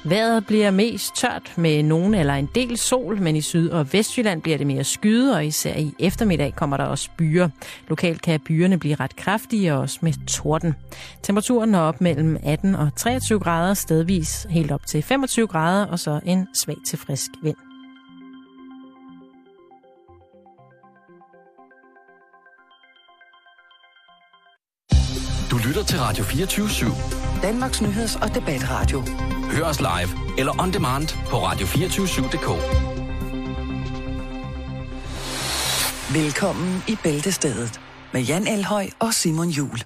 Vejret bliver mest tørt med nogen eller en del sol, men i Syd- og Vestjylland bliver det mere skyet, og især i eftermiddag kommer der også byer. Lokalt kan byerne blive ret kraftige, også med torden. Temperaturen når op mellem 18 og 23 grader, stedvis helt op til 25 grader, og så en svag til frisk vind. Du lytter til Radio 24/7. Danmarks nyheds- og debatradio. Hør os live eller on demand på radio247.dk. Velkommen i Bæltestedet med Jan Elhøj og Simon Juhl.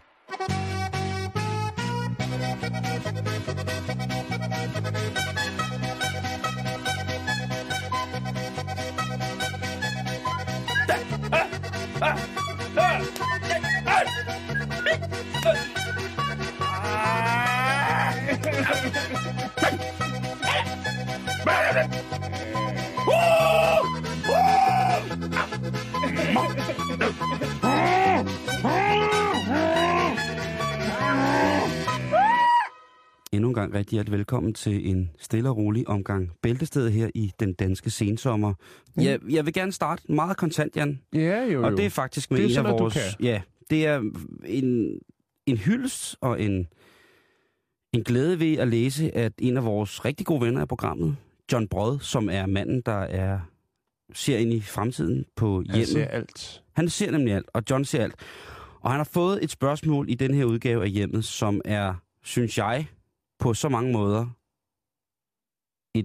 Endnu en gang rigtig hjertelig velkommen til en stille og rolig omgang Bæltestedet her i den danske sensommer. Jeg vil gerne starte meget kontant, Jan. Ja, jo. Og det er faktisk med det er en sådan, af vores... Ja, det er en hyldest og en glæde ved at læse, at en af vores rigtig gode venner af programmet, John Brod, som er manden, der ser ind i fremtiden på hjemmet. Han ser alt. Han ser nemlig alt, og John ser alt. Og han har fået et spørgsmål i den her udgave af hjemmet, som er, synes jeg, på så mange måder et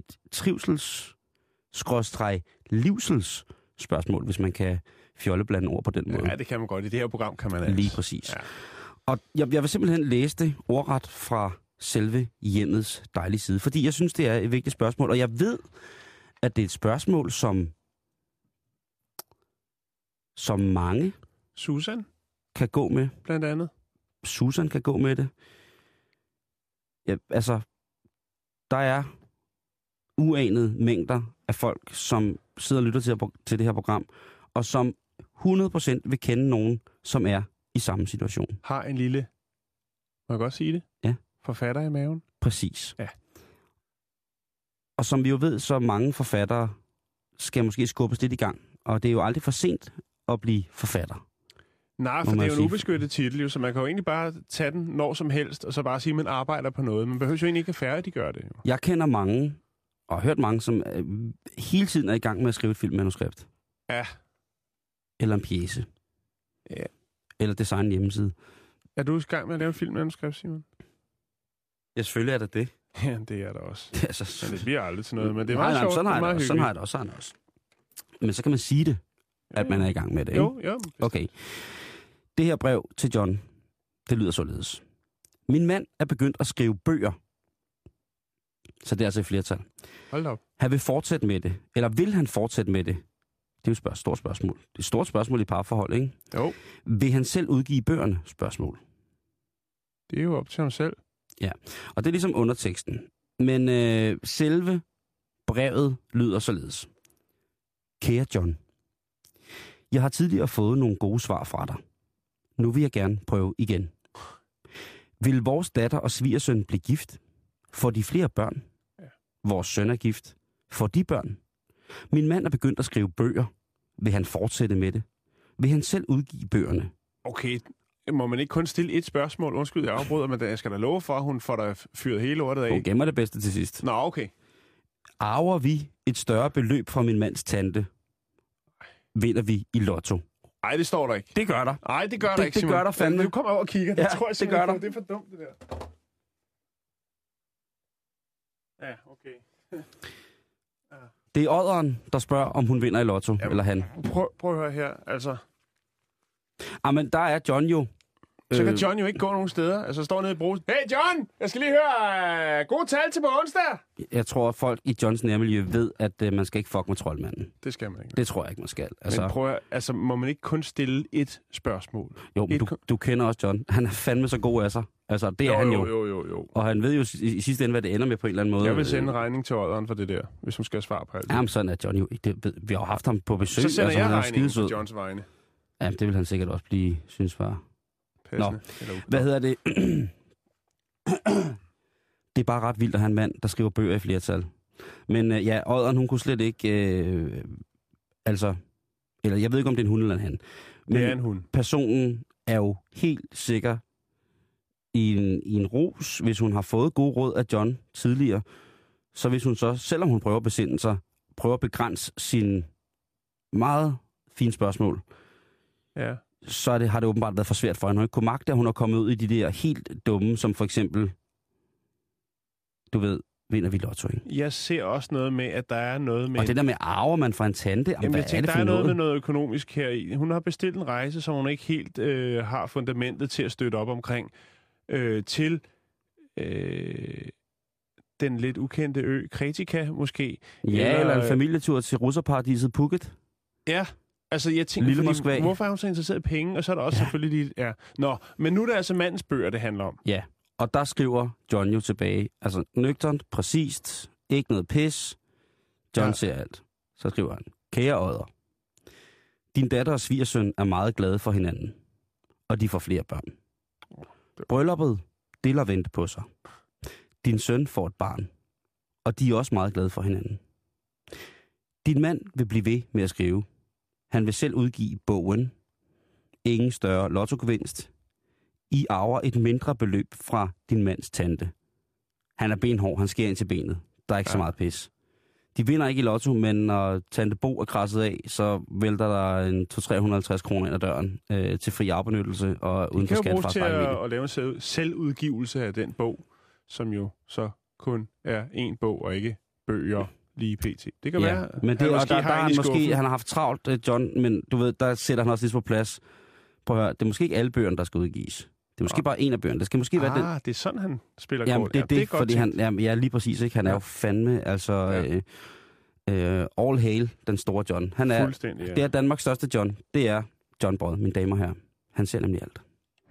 trivsels-livsels spørgsmål, hvis man kan fjolleblande ord på den måde. Ja, det kan man godt. I det her program kan man alt. Lige præcis. Ja. Og jeg vil simpelthen læse det ordret fra selve hjemmets dejlige side, fordi jeg synes, det er et vigtigt spørgsmål, og jeg ved, at det er et spørgsmål, som mange Susan kan gå med. blandt andet. Susan kan gå med det. Ja, altså, der er uanede mængder af folk, som sidder og lytter til det her program, og som 100% vil kende nogen, som er i samme situation. Har en lille, må jeg godt sige det? Ja. Forfatter i maven. Præcis. Ja. Og som vi jo ved, så mange forfattere skal måske skubbes lidt i gang. Og det er jo aldrig for sent at blive forfatter. Nej, for det er jo en ubeskyttet titel, jo, så man kan jo egentlig bare tage den når som helst, og så bare sige, at man arbejder på noget. Man behøver jo egentlig ikke at færre, de gør det. Jo. Jeg kender mange, og har hørt mange, som hele tiden er i gang med at skrive et filmmanuskript. Ja. Eller en pjece. Ja. Eller design en hjemmeside. Er du i gang med at lave en filmmanuskript, Simon? Ja, selvfølgelig er det det. Ja, det er der også. Altså, Men det bliver aldrig til noget, men det er meget sjovt. Sådan har jeg det også. også. Men så kan man sige det, at man er i gang med det, ikke? Jo. Okay. Det her brev til John, det lyder således. Min mand er begyndt at skrive bøger. Så det er altså i flertal. Hold op. Han vil fortsætte med det. Eller vil han fortsætte med det? Det er jo et stort spørgsmål. Det er et stort spørgsmål i parforhold, ikke? Jo. Vil han selv udgive bøgerne? Spørgsmål. Det er jo op til ham selv. Ja, og det er ligesom underteksten. Men selve brevet lyder således. Kære John, jeg har tidligere fået nogle gode svar fra dig. Nu vil jeg gerne prøve igen. Vil vores datter og svigersøn blive gift? Får de flere børn? Ja. Vores søn er gift. Får de børn? Min mand er begyndt at skrive bøger. Vil han fortsætte med det? Vil han selv udgive bøgerne? Okay, må man ikke kun stille et spørgsmål? Undskyld, jeg afbryder, men jeg skal da love for, at hun får da fyret hele lortet af. Hun gemmer det bedste til sidst. Nå, okay. Arver vi et større beløb fra min mands tante, vinder vi i lotto. Nej, det står der ikke. Det gør der. Nej, det gør der ikke, Det gør der fandme. Du kommer over og kigger. Ja, Det tror jeg det gør der. Det er for dumt, det der. Ja, okay. Det er odderen, der spørger, om hun vinder i lotto, eller han. Prøv at høre her, altså. Men der er John jo. Så kan John jo ikke gå nogen steder. Altså, står nede i brusen. Hey John, jeg skal lige høre gode tal til på onsdag. Jeg tror, at folk i Johns nærmiljø ved, at man skal ikke fuck med troldmanden. Det skal man ikke. Det tror jeg ikke, man skal. Altså, men prøv at, må man ikke kun stille et spørgsmål? Jo, men du kender også John. Han er fandme så god af sig. Altså, det er han jo. Jo. Og han ved jo i sidste ende, hvad det ender med på en eller anden måde. Jeg vil sende en regning til odderen for det der, hvis hun skal svare på alt det. Jamen, sådan er John jo. Vi har jo haft ham på besøg. Så sender jeg han regningen på Johns vegne. Ja, det vil han sikkert også synes var... Passende. Nå, hvad hedder det? det er bare ret vildt at have en mand, der skriver bøger i flertal. Men ja, Odderen, hun kunne slet ikke... eller jeg ved ikke, om det er en hund eller en han. Men det er en hund. Personen er jo helt sikker i en ros, hvis hun har fået gode råd af John tidligere. Så hvis hun så, selvom hun prøver at besinde sig, prøver at begrænse sine meget fine spørgsmål, ja. Så har det åbenbart været for svært for hende. Hun ikke kunne magte, at hun er kommet ud i de der helt dumme, som for eksempel, du ved, vinder vi lotto, ikke? Jeg ser også noget med, at der er noget med... Og det der med arver man fra en tante, jamen, hvad jeg tænker, er det for der er noget noget? med noget økonomisk her i. Hun har bestilt en rejse, som hun ikke helt har fundamentet til at støtte op omkring, til den lidt ukendte ø, Kretika måske. Ja, eller en familietur til russerparadiset Phuket. Ja, altså jeg tænker, Lille Moskva. Hvorfor er hun så interesseret i penge? Og så er der også selvfølgelig lige... Ja. Nå, men nu er det altså mandens bøger, det handler om. Ja, og der skriver John jo tilbage. Altså nøgternt, præcist, ikke noget pis. John ser alt. Så skriver han, kære Odder, din datter og svigersøn er meget glade for hinanden, og de får flere børn. Brylluppet, det lader vente på sig. Din søn får et barn, og de er også meget glade for hinanden. Din mand vil blive ved med at skrive. Han vil selv udgive bogen. Ingen større lottogevinst. I arver et mindre beløb fra din mands tante. Han er benhård, han skærer ind til benet. Der er ikke så meget pis. De vinder ikke i lotto, men når tante Bo er krasset af, så vælter der en 200-350 kroner ind ad døren til fri afbenyttelse og uden for skat fra familie. Det kan jo bruges til at lave en selvudgivelse af den bog, som jo så kun er en bog og ikke bøger lige pt. Det kan være, men det, og der han har haft travlt, John, men du ved, der sætter han også lidt på plads. Prøv at høre, det er måske ikke alle bøgerne, der skal udgives. Det er måske bare en af bøgerne. Det skal måske være den. Det er sådan, han spiller jamen, kort. Det er det er godt fordi han, lige præcis, ikke? Han er jo fandme, altså, all hail, den store John. Han er, fuldstændig, ja. Det er Danmarks største John. Det er John Brød, mine damer og herrer. Han ser nemlig alt.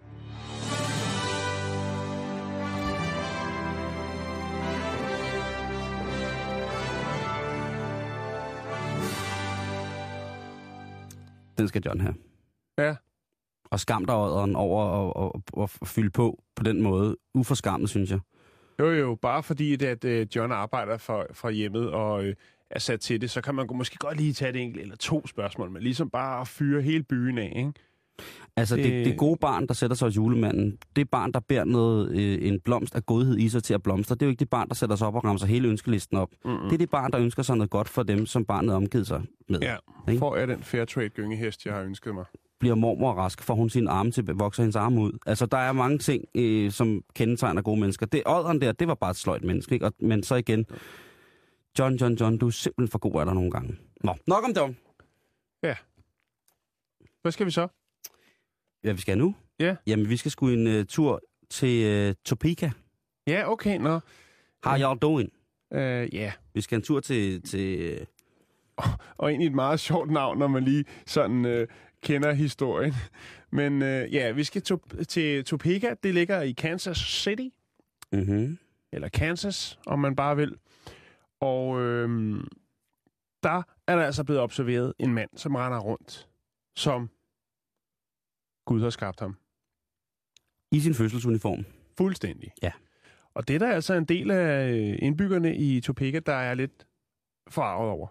Den skal John have. Ja. Og skam dig Odderen over at fylde på den måde. Uforskammet, synes jeg. Jo, bare fordi at John arbejder fra hjemmet og er sat til det, så kan man måske godt lige tage et enkelt eller to spørgsmål, men ligesom bare at fyre hele byen af, ikke? Altså det gode barn, der sætter sig hos julemanden, det barn, der bærer en blomst af godhed i sig til at blomstre, det er jo ikke det barn, der sætter sig op og ramser hele ønskelisten op. Mm-hmm. Det er det barn, der ønsker sig noget godt for dem, som barnet omgivet sig med. Ja, ikke? Får jeg den Fairtrade-gyngehest, jeg har ønsket mig. Bliver mormor rask, får hun sine arme til, vokser hendes arme ud. Altså, der er mange ting, som kendetegner gode mennesker. Det Odderen der, det var bare et sløjt menneske, ikke? Men så igen, John, du er simpelthen for god af dig nogle gange. Nå, nok om det. Ja. Hvad skal vi så? Ja, vi skal nu? Ja. Jamen, vi skal sgu en tur til Topeka. Ja, okay, nå. How y'all doing? Ja. Vi skal en tur til... Og egentlig et meget sjovt navn, når man lige sådan kender historien. Men vi skal til Topeka. Det ligger i Kansas City. Mm-hmm. Eller Kansas, om man bare vil. Og der er der altså blevet observeret en mand, som render rundt, som Gud har skabt ham. I sin fødselsuniform. Fuldstændig. Ja. Og det er der altså en del af indbyggerne i Topeka, der er lidt forarvet over.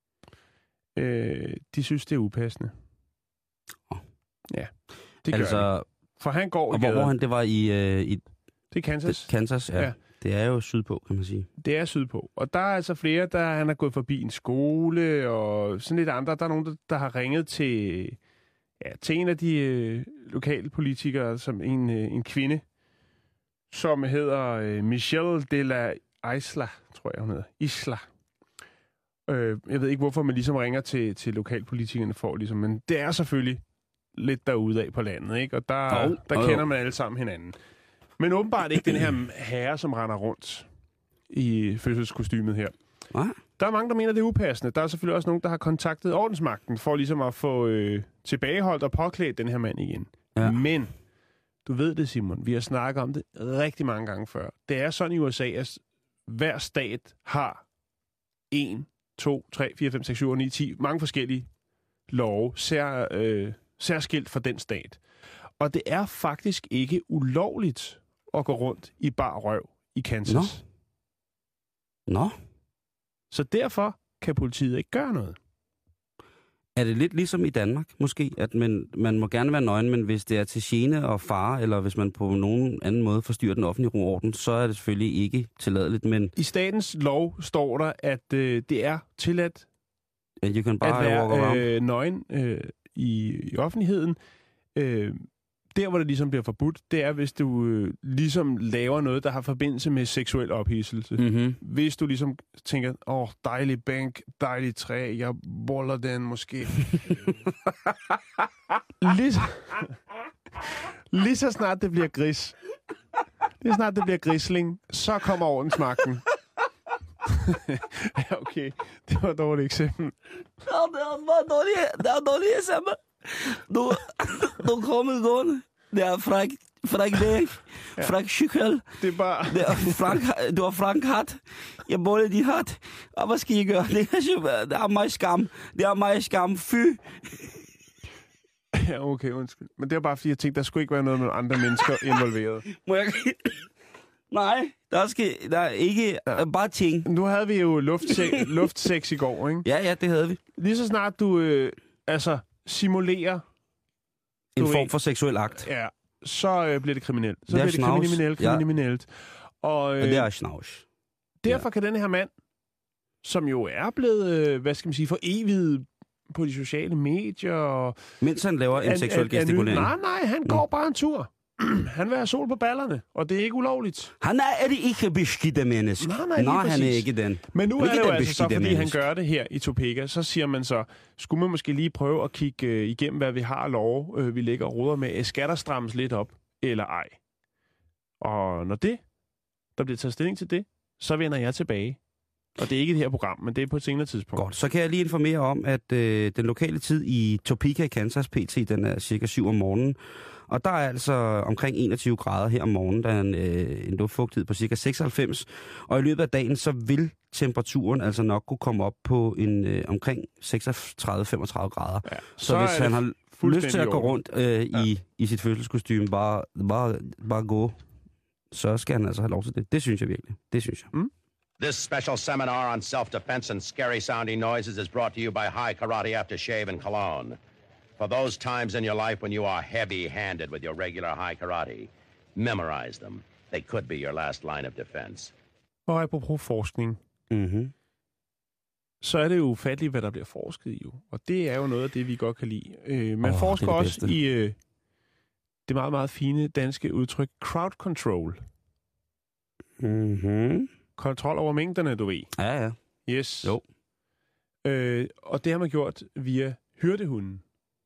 De synes, det er upassende. Ja, det gør det. For han går og hvor han, det var i... det er Kansas. Kansas, ja. Det er jo sydpå, kan man sige. Det er sydpå. Og der er altså flere, han har gået forbi en skole, og sådan lidt andre. Der er nogen, der har ringet til en af de lokale politikere, som en kvinde, som hedder Michelle de la Isla, tror jeg, hun hedder. Isla. Jeg ved ikke, hvorfor man ligesom ringer til lokalpolitikerne for, ligesom, men det er selvfølgelig lidt derude af på landet, ikke? Og der kender man alle sammen hinanden. Men åbenbart ikke den her herre, som render rundt i fødselskostymet her. Hvad? Der er mange, der mener, det er upassende. Der er selvfølgelig også nogen, der har kontaktet ordensmagten for ligesom at få tilbageholdt og påklædt den her mand igen. Ja. Men, du ved det, Simon, vi har snakket om det rigtig mange gange før. Det er sådan i USA, at hver stat har 1, 2, 3, 4, 5, 6, 7, 8, 9, 10, mange forskellige love, særskilt for den stat. Og det er faktisk ikke ulovligt at gå rundt i bar røv i Kansas. Nå. Så derfor kan politiet ikke gøre noget. Er det lidt ligesom i Danmark, måske? At man må gerne være nøgen, men hvis det er til gene og fare, eller hvis man på nogen anden måde forstyrrer den offentlige ro og orden, så er det selvfølgelig ikke tilladeligt, men... I statens lov står der, at det er tilladt at være nøgen i offentligheden. Der, hvor det ligesom bliver forbudt, det er, hvis du ligesom laver noget, der har forbindelse med seksuel ophidselse. Mm-hmm. Hvis du ligesom tænker, dejlig bænk, dejlig træ, jeg boller den måske. Lige så snart det bliver gris, lige så snart det bliver grisling, så kommer ordensmagten. Ja, okay. Det var et dårligt eksempel. Det var dårligt eksempel. Du kommer gående. Det er fræk dæk. Fræk cykel. Det er bare... Du har frank hat. Jeg boller din hat. Og hvad skal I gøre? Det er mig skam. Det er mig skam. Fy. Ja, okay, undskyld. Men det er bare fordi, jeg tænkte, der skulle ikke være noget med andre mennesker involveret. Må jeg... Nej, der er ikke bare ting. Nu havde vi jo luftsex i går, ikke? Ja, det havde vi. Lige så snart du simulerer en form for seksuel akt. Ja, så bliver det kriminelt. Så det bliver det kriminelt. Og det er snavs. Derfor kan den her mand, som jo er blevet, for evigt på de sociale medier... Mens han laver en seksuel gestikulering. Nej, han går bare en tur. Han vil have sol på ballerne, og det er ikke ulovligt. Han er det ikke beskidte menneske. Nej, han er ikke den. Men nu er det jo altså så, fordi han gør det her i Topeka, så siger man så, skulle man måske lige prøve at kigge igennem, hvad vi har af lov, vi lægger og ruder med. Skal der strammes lidt op, eller ej? Og når der bliver taget stilling til det, så vender jeg tilbage. Og det er ikke det her program, men det er på et senere tidspunkt. Godt, så kan jeg lige informere om, at den lokale tid i Topeka i Kansas PT, den er cirka 7 om morgenen. Og der er altså omkring 21 grader her om morgenen. Der er en luftfugtighed på cirka 96. Og i løbet af dagen, så vil temperaturen altså nok kunne komme op på omkring 36-35 grader. Ja, så hvis han har lyst til at gå rundt i sit fødselskostyme, bare gå, så skal han altså have lov til det. Det synes jeg virkelig. Det synes jeg. Mm. This special seminar on self-defense and scary-sounding noises is brought to you by High Karate Aftershave and Cologne. For those times in your life when you are heavy-handed with your regular high karate, memorize them. They could be your last line of defense. Og apropos forskning, så er det jo ufatteligt, hvad der bliver forsket i. Og det er jo noget af det, vi godt kan lide. Man forsker også i det meget, meget fine danske udtryk crowd control. Kontrol over mængderne, du ved. Ja. Yes. Jo. Og det har man gjort via hyrdehunden.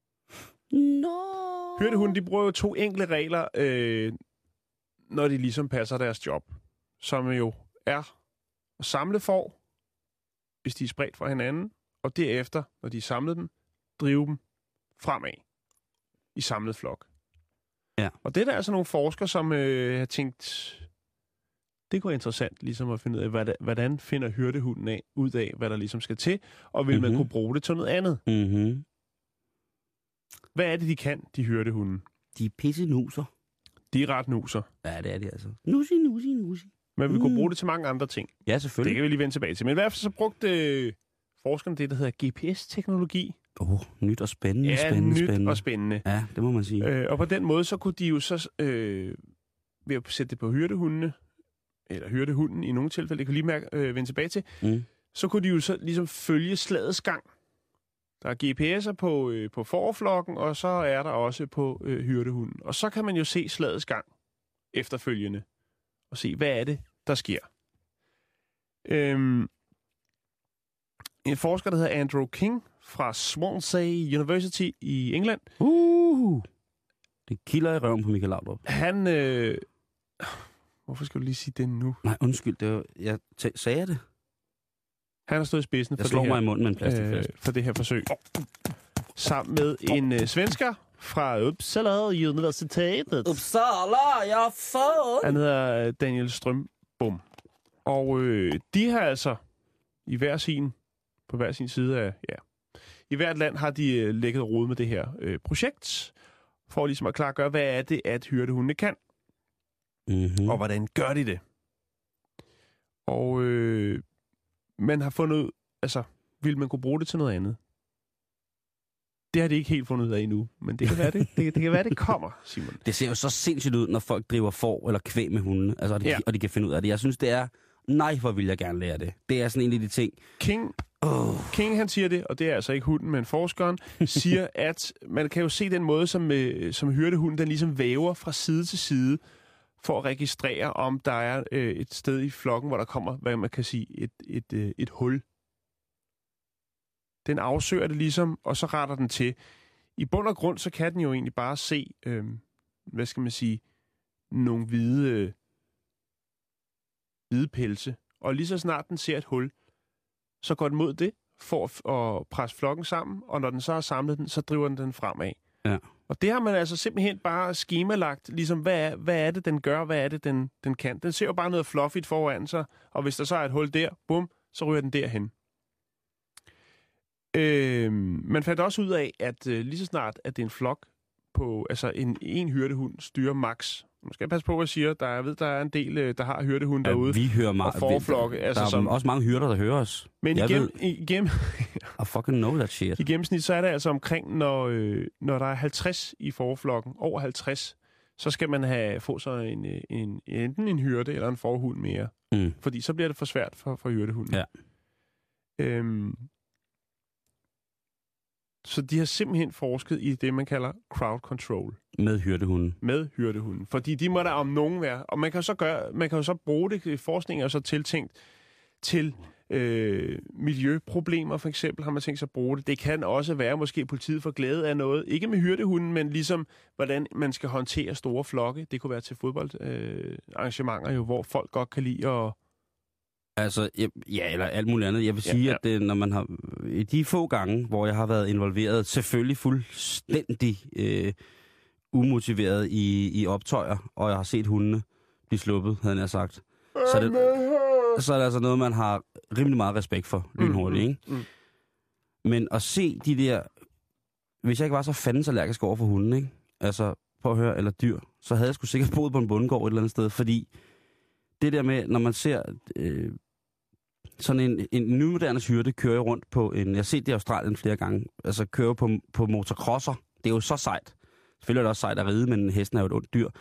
No. Hyrdehunden, de bruger jo 2 enkle regler, når de ligesom passer deres job. Som jo er at samle får, hvis de er spredt fra hinanden, og derefter, når de er samlet dem, drive dem fremad i samlet flok. Ja. Og det er der altså nogle forskere, som har tænkt, det kunne være interessant ligesom at finde ud af, hvordan finder hyrdehunden ud af, hvad der ligesom skal til, og vil man kunne bruge det til noget andet. Mm-hmm. Hvad er det, de kan, de hyrdehunde? De er pissenuser. De er ret nuser. Ja, det er de altså. Nusi. Men vi kunne bruge det til mange andre ting. Ja, selvfølgelig. Det kan vi lige vende tilbage til. Men i hvert fald så brugte forskerne det, der hedder GPS-teknologi. Nyt og spændende. Ja, nyt og spændende. Ja, det må man sige. Og på den måde, så kunne de jo så, ved at sætte det på hyrdehundene, eller hyrdehunden i nogle tilfælde, det kan lige vende tilbage til, så kunne de jo så ligesom følge slagets gang. Der er GPS'er på forflokken, og så er der også på hyrdehunden. Og så kan man jo se slagets gang efterfølgende, og se, hvad er det, der sker. En forsker, der hedder Andrew King fra Swansea University i England. Det kilder i røven på Michael Laudrup. Han... Hvorfor skal du lige sige det nu? Nej, undskyld. Sagde jeg det? Han har stået i spidsen for det her. Jeg slår mig i munden med en plastikflaske. For det her forsøg. Sammen med en svensker fra Uppsala Universitetet. Uppsala, jeg har fået! Han hedder Daniel Strömbom. Og de har altså på hver sin side af... Ja, i hvert land har de lægget rode med det her projekt, for ligesom at klargøre, hvad er det, at hyrdehundene kan. Og hvordan gør de det? Og man har fundet ud, altså, vil man kunne bruge det til noget andet? Det har de ikke helt fundet ud af endnu, men det kan være, det kan være, det kommer, Simon. Det ser jo så sindssygt ud, når folk driver får eller kvæg med hunde, altså, og de kan finde ud af det. Jeg synes, det er, nej, hvor vil jeg gerne lære det. Det er sådan en af de ting. King, han siger det, og det er altså ikke hunden, men forskeren, siger, at man kan jo se den måde, som hyrdehunden, den ligesom væver fra side til side, for at registrere, om der er et sted i flokken, hvor der kommer, hvad man kan sige, et hul. Den afsøger det ligesom, og så retter den til. I bund og grund, så kan den jo egentlig bare se, hvad skal man sige, nogle hvide pelse. Og lige så snart den ser et hul, så går den mod det, for at presse flokken sammen, og når den så har samlet den, så driver den fremad. Ja. Og det har man altså simpelthen bare skemalagt, ligesom hvad er det, den gør, hvad er det, den kan. Den ser jo bare noget fluffigt foran sig, og hvis der så er et hul der, bum, så ryger den derhen. Man fandt også ud af, at lige så snart, at det er en flok på, altså en hyrdehund styrer max. Man skal passe på, hvad jeg siger. Jeg ved, der er en del, der har hyrdehund derude. Vi hører meget. Og forflokke. Altså, der er også mange hyrder, der hører os. Men I fucking know that shit. I gennemsnit, så er det altså omkring, når der er 50 i forflokken, over 50, så skal man få så enten en hyrde eller en forhund mere. Mm. Fordi så bliver det for svært for hyrdehunden. Ja. Så de har simpelthen forsket i det, man kalder crowd control. Med hyrdehunden. Fordi de må der om nogen være. Og man kan jo så bruge det, forskning er så tiltænkt til miljøproblemer, for eksempel, har man tænkt sig at bruge det. Det kan også være, måske politiet får glæde af noget. Ikke med hyrdehunden, men ligesom, hvordan man skal håndtere store flokke. Det kunne være til fodboldarrangementer, jo, hvor folk godt kan lide at... Altså, ja, eller alt muligt andet. Jeg vil sige, at når man har... I de få gange, hvor jeg har været involveret, selvfølgelig fuldstændig umotiveret i optøjer, og jeg har set hundene blive sluppet, havde jeg sagt. Så er det altså noget, man har rimelig meget respekt for, lynhurtigt, ikke? Mm. Men at se de der... Hvis jeg ikke var så fandens allergisk over for hunden, ikke? Altså, prøv at høre, eller dyr, så havde jeg sgu sikkert boet på en bondegård et eller andet sted, fordi det der med, når man ser sådan en nymoderne hyrde køre rundt på en... Jeg har set det i Australien flere gange, altså køre på motocrosser. Det er jo så sejt. Selvfølgelig er det også sejt at ride, men hesten er jo et ondt dyr.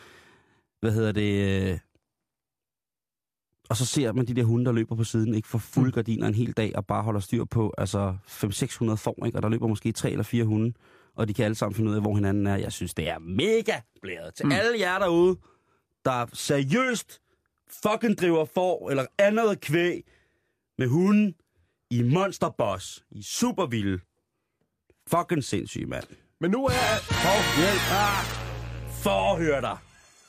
Og så ser man de der hunde, der løber på siden, ikke for fuld gardiner en hel dag, og bare holder styr på altså 500-600 får, ikke? Og der løber måske 3 eller 4 hunde, og de kan alle sammen finde ud af, hvor hinanden er. Jeg synes, det er mega blæret til alle jer derude, der seriøst fucking driver får eller andet kvæg med hunden i monsterboss, i supervilde. Fucking sindssyg, mand. Men nu er... Hjælp! Forhør dig!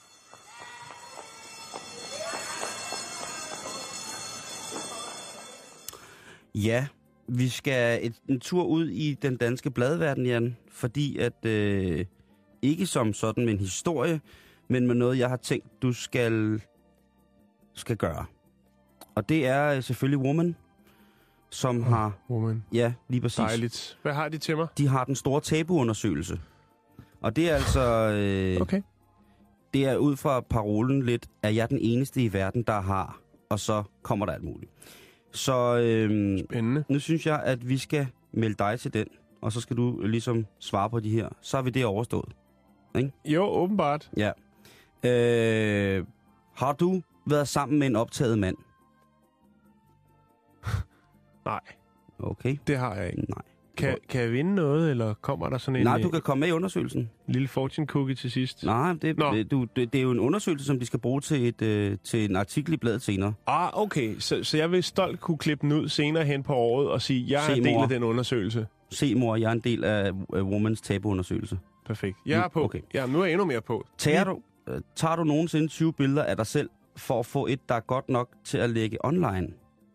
Ja, vi skal en tur ud i den danske bladverden, Jan, fordi at ikke som sådan med en historie, men med noget, jeg har tænkt, du skal gøre. Og det er selvfølgelig Woman, som har... Woman. Ja, lige præcis. Dejligt. Hvad har de til mig? De har den store tabuundersøgelse. Og det er altså... Okay. Det er ud fra parolen lidt, at jeg er den eneste i verden, der har, og så kommer der alt muligt. Så spændende. Nu synes jeg, at vi skal melde dig til den, og så skal du ligesom svare på de her. Så har vi det overstået. Ikke? Jo, åbenbart. Ja. Har du været sammen med en optaget mand? Nej. Okay. Det har jeg ikke. Nej. Kan jeg vinde noget, eller kommer der sådan en... Nej, du kan komme med i undersøgelsen. Lille fortune cookie til sidst? Nej, det er jo en undersøgelse, som de skal bruge til en artikel i bladet senere. Okay. Så jeg vil stolt kunne klippe den ud senere hen på året og sige, jeg er en del af den undersøgelse. Se, mor, jeg er en del af Womans tabuundersøgelse. Perfekt. Jeg er på. Okay. Ja, nu er jeg endnu mere på. Tager du nogensinde 20 billeder af dig selv, for at få et, der er godt nok til at lægge online?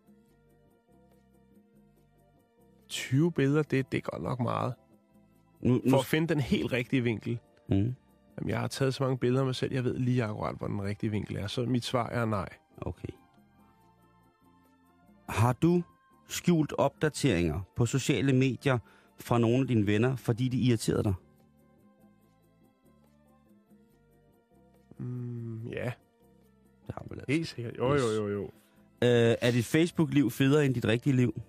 20 billeder, det er godt nok meget. For at finde den helt rigtige vinkel. Jamen, jeg har taget så mange billeder af mig selv, jeg ved lige akkurat, hvor den rigtige vinkel er. Så mit svar er nej. Okay. Har du skjult opdateringer på sociale medier fra nogle af dine venner, fordi de irriterede dig? Ja. Det har man altså. Helt sikkert. Jo. Er dit Facebook-liv federe end dit rigtige liv?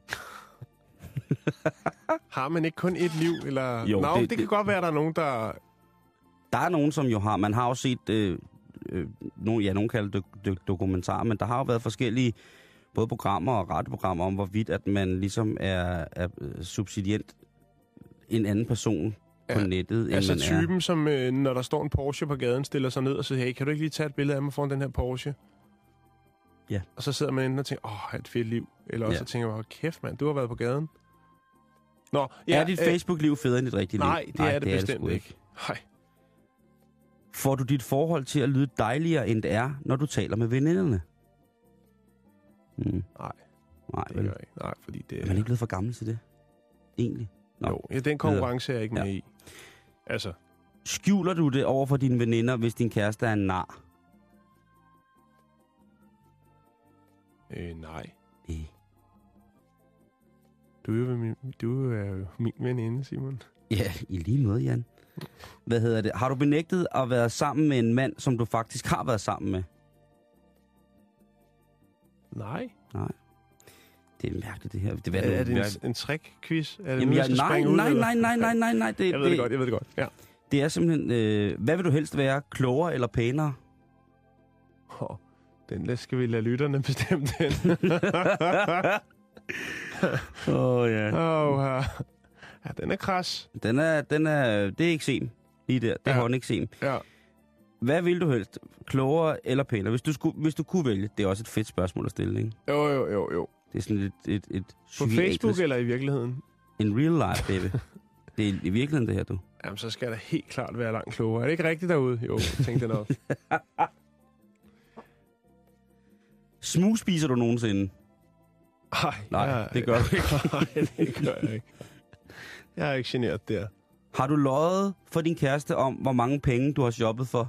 Har man ikke kun et liv? Eller... Jo, det kan godt være, at der er nogen, der... Der er nogen, som jo har... Man har jo set... nogen kalder det dokumentarer, men der har jo været forskellige både programmer og radioprogrammer om, hvorvidt at man ligesom er subsidient en anden person på nettet, end altså man er. typen, som når der står en Porsche på gaden, stiller sig ned og siger, hey, kan du ikke lige tage et billede af mig foran den her Porsche? Ja. Og så sidder man inde og tænker, et fedt liv. Eller også så tænker man, kæft mand, du har været på gaden. Nå, ja, er dit Facebook-liv federe end dit rigtige liv? Nej, det er det bestemt ikke. Nej. Får du dit forhold til at lyde dejligere, end det er, når du taler med veninderne? Nej, Nej, det gør jeg ikke. Nej, fordi det er man ikke blevet for gammel til det? Egentlig? Nå. Jo, ja, den konkurrence er jeg ikke med i. Altså. Skjuler du det over for dine veninder, hvis din kæreste er en nar? Nej. Du er jo min veninde, Simon. Ja, i lige måde, Jan. Hvad hedder det? Har du benægtet at være sammen med en mand, som du faktisk har været sammen med? Nej. Det er mærkeligt, det her. Er det en trick-quiz? Jamen, nej. Jeg ved det godt. Ja. Det er simpelthen... hvad vil du helst være? Klogere eller pænere? Den skal vi lade lytterne bestemme den. Ja, den er kras. Det er eksem. Lige der. Det er håndeksem. Ja. Hvad vil du helst? Klogere eller pænere? Hvis du kunne vælge. Det er også et fedt spørgsmål at stille, ikke? Jo. Det er sådan et på Facebook eller i virkeligheden? In real life, baby. Det er i virkeligheden, det her, du. Jamen, så skal der helt klart være langt klogere. Er det ikke rigtigt derude? Jo, tænkte jeg nok. Smugspiser du nogensinde? Nej, det gør du ikke. Nej, det gør jeg ikke. Jeg er ikke generet der. Har du løjet for din kæreste om, hvor mange penge du har shoppet for?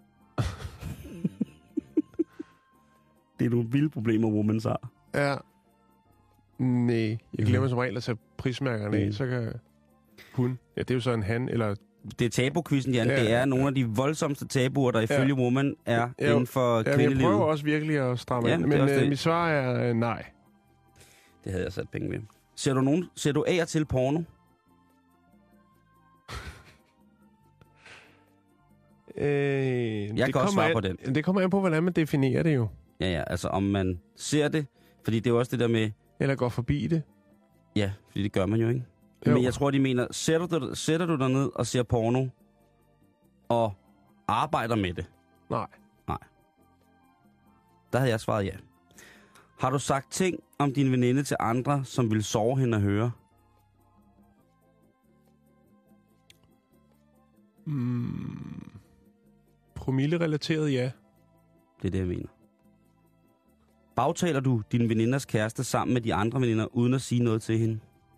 Det er nogle vilde problemer, women har. Ja. Nej, jeg glemmer som regel at tage prismærkerne af, så kan hun... Ja, det er jo så en han, eller... Det er tabu-quizzen, Jan. Det er nogle af de voldsomste tabuer, der ifølge woman er inden for kvindelivet. Jeg prøver også virkelig at stramme ind, men mit svar er nej. Det havde jeg sat penge med. Ser du af og til porno? Jeg kan også svare på den. Det kommer an på, hvordan man definerer det jo. Ja, altså om man ser det, fordi det er jo også det der med... Eller går forbi det. Ja, fordi det gør man jo ikke. Jo. Men jeg tror, de mener, sætter du dig ned og ser porno, og arbejder med det? Nej. Der havde jeg svaret ja. Har du sagt ting om din veninde til andre, som vil såre hende at høre? Promille-relateret, ja. Det er det, jeg mener. Bagtaler du din veninders kæreste sammen med de andre veninder, uden at sige noget til hende?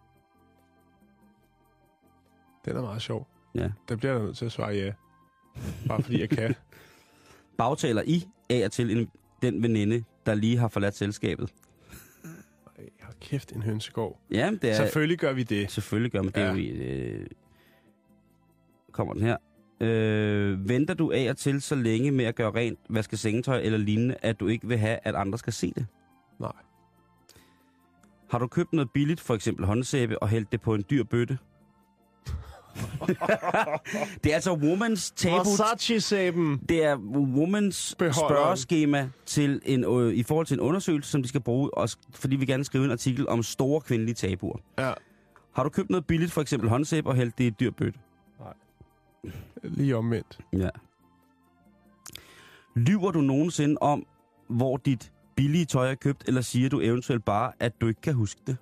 Den er meget sjov. Ja. Der bliver jeg nødt til at svare ja. Bare fordi jeg kan. Bagtaler I af og til den veninde, der lige har forladt selskabet? Hold kæft, en hønsegård. Ja, det er... Selvfølgelig gør vi det. Selvfølgelig gør man det. Ja. Kommer den her. Venter du af og til så længe med at gøre rent, vaske sengetøj eller lignende, at du ikke vil have, at andre skal se det? Nej. Har du købt noget billigt, for eksempel håndsæbe, og hældt det på en dyr bøtte? Det er altså womans tabu. Versace-sæben. Det er womans spørgeskema til i forhold til en undersøgelse, som de skal bruge, også fordi vi gerne skrive en artikel om store kvindelige tabuer. Ja. Har du købt noget billigt, for eksempel håndsæbe, og hældt det i et dyr bøtte? Nej. Lige omvendt. Ja. Lyver du nogensinde om, hvor dit billige tøj er købt, eller siger du eventuelt bare, at du ikke kan huske det?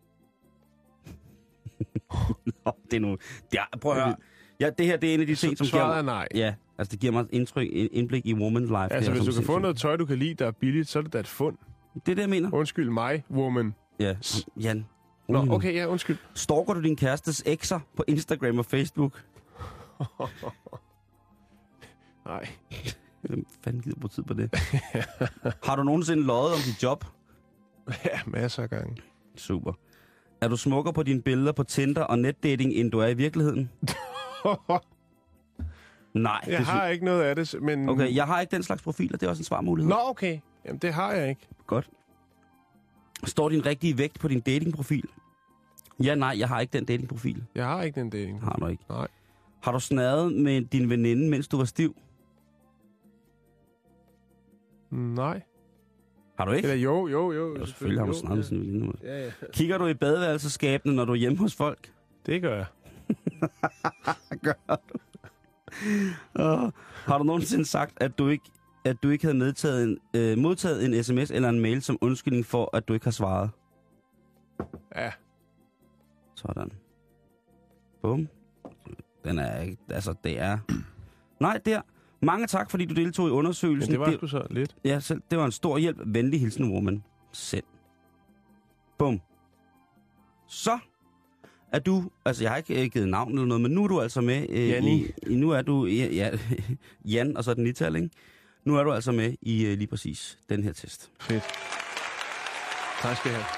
Det er nu. Prøv at høre. Ja, det her det er en af de ting, som giver mig... nej. Ja, altså det giver mig et indblik i woman's life. Altså hvis du kan få noget tøj, du kan lide, der er billigt, så er det da et fund. Det er det, jeg mener. Undskyld mig, woman. Ja, Jan. Nå, okay, ja, undskyld. Stalker du din kærestes ekser på Instagram og Facebook? Nej. Hvem fanden gider bruge tid på det? Har du nogensinde løjet om dit job? Ja, masser af gange. Super. Er du smukkere på dine billeder på Tinder og netdating, end du er i virkeligheden? Nej. Jeg har ikke noget af det, men... Okay, jeg har ikke den slags profiler. Det er også en svarmulighed. Nå, okay. Jamen, det har jeg ikke. Godt. Står din rigtige vægt på din datingprofil? Ja, nej, jeg har ikke den datingprofil. Jeg har ikke den dating. Har du ikke? Nej. Har du snadet med din veninde, mens du var stiv? Nej. Har du ikke? Eller jo. Jo, selvfølgelig har du snadet med sin veninde. Ja. Kigger du i badeværelseskabene, når du er hjemme hos folk? Det gør jeg. Gør du? Har du nogensinde sagt, at du ikke havde modtaget en sms eller en mail som undskyldning for, at du ikke har svaret? Ja. Sådan. Bum. Den er ikke... Altså, det er... Nej, der. Mange tak, fordi du deltog i undersøgelsen. Men det var sgu så lidt. Ja, selv. Det var en stor hjælp. Venlig hilsen, woman. Send. Bum. Så er du... Altså, jeg har ikke givet navn eller noget, men nu er du altså med... Nu er du... Ja, Jan, og så den nital, ikke? Nu er du altså med i lige præcis den her test. Fedt. Tak skal jeg have.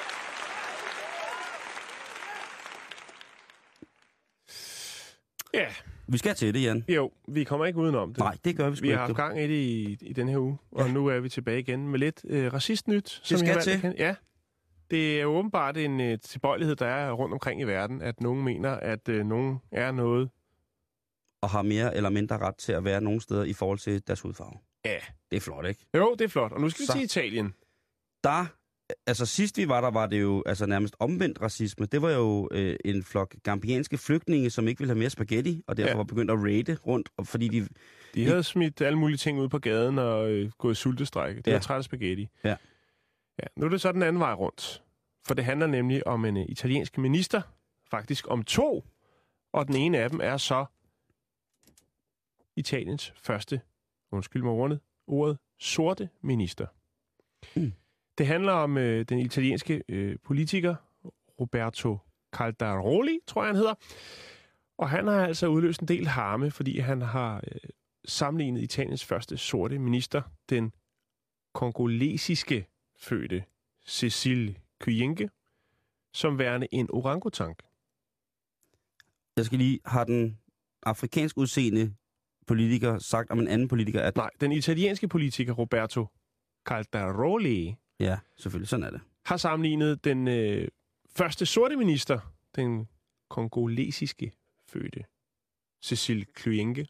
Ja. Vi skal til det, Jan. Jo, vi kommer ikke udenom det. Nej, det gør vi sgu Vi ikke. har haft gang i det i den her uge, og nu er vi tilbage igen med lidt racistnyt. Det skal til. Ja. Det er åbenbart en tilbøjelighed, der er rundt omkring i verden, at nogen mener, at nogen er noget. Og har mere eller mindre ret til at være nogle steder i forhold til deres hudfarve. Ja. Det er flot, ikke? Jo, det er flot. Og nu skal vi til Italien. Altså sidst vi var der, var det jo altså nærmest omvendt racisme. Det var jo en flok gambianske flygtninge, som ikke ville have mere spaghetti, og derfor var begyndt at raide rundt, fordi de havde smidt alle mulige ting ud på gaden og gået sultestrække. Det var træt af spaghetti. Ja. Ja. Nu er det så den anden vej rundt. For det handler nemlig om en italiensk minister. Faktisk om 2. Og den ene af dem er så Italiens første, undskyld mig ordet, sorte minister. Det handler om den italienske politiker Roberto Calderoli, tror jeg han hedder. Og han har altså udløst en del harme, fordi han har sammenlignet Italiens første sorte minister, den kongolesiske fødte Cécile Kyenge, som værende en orangutang. Jeg skal lige, har den afrikansk udseende politiker sagt om en anden politiker, at... Nej, den italienske politiker Roberto Calderoli... Ja, selvfølgelig, sådan er det. Har sammenlignet den første sorte minister, den kongolesiske fødte Cécile Kyenge,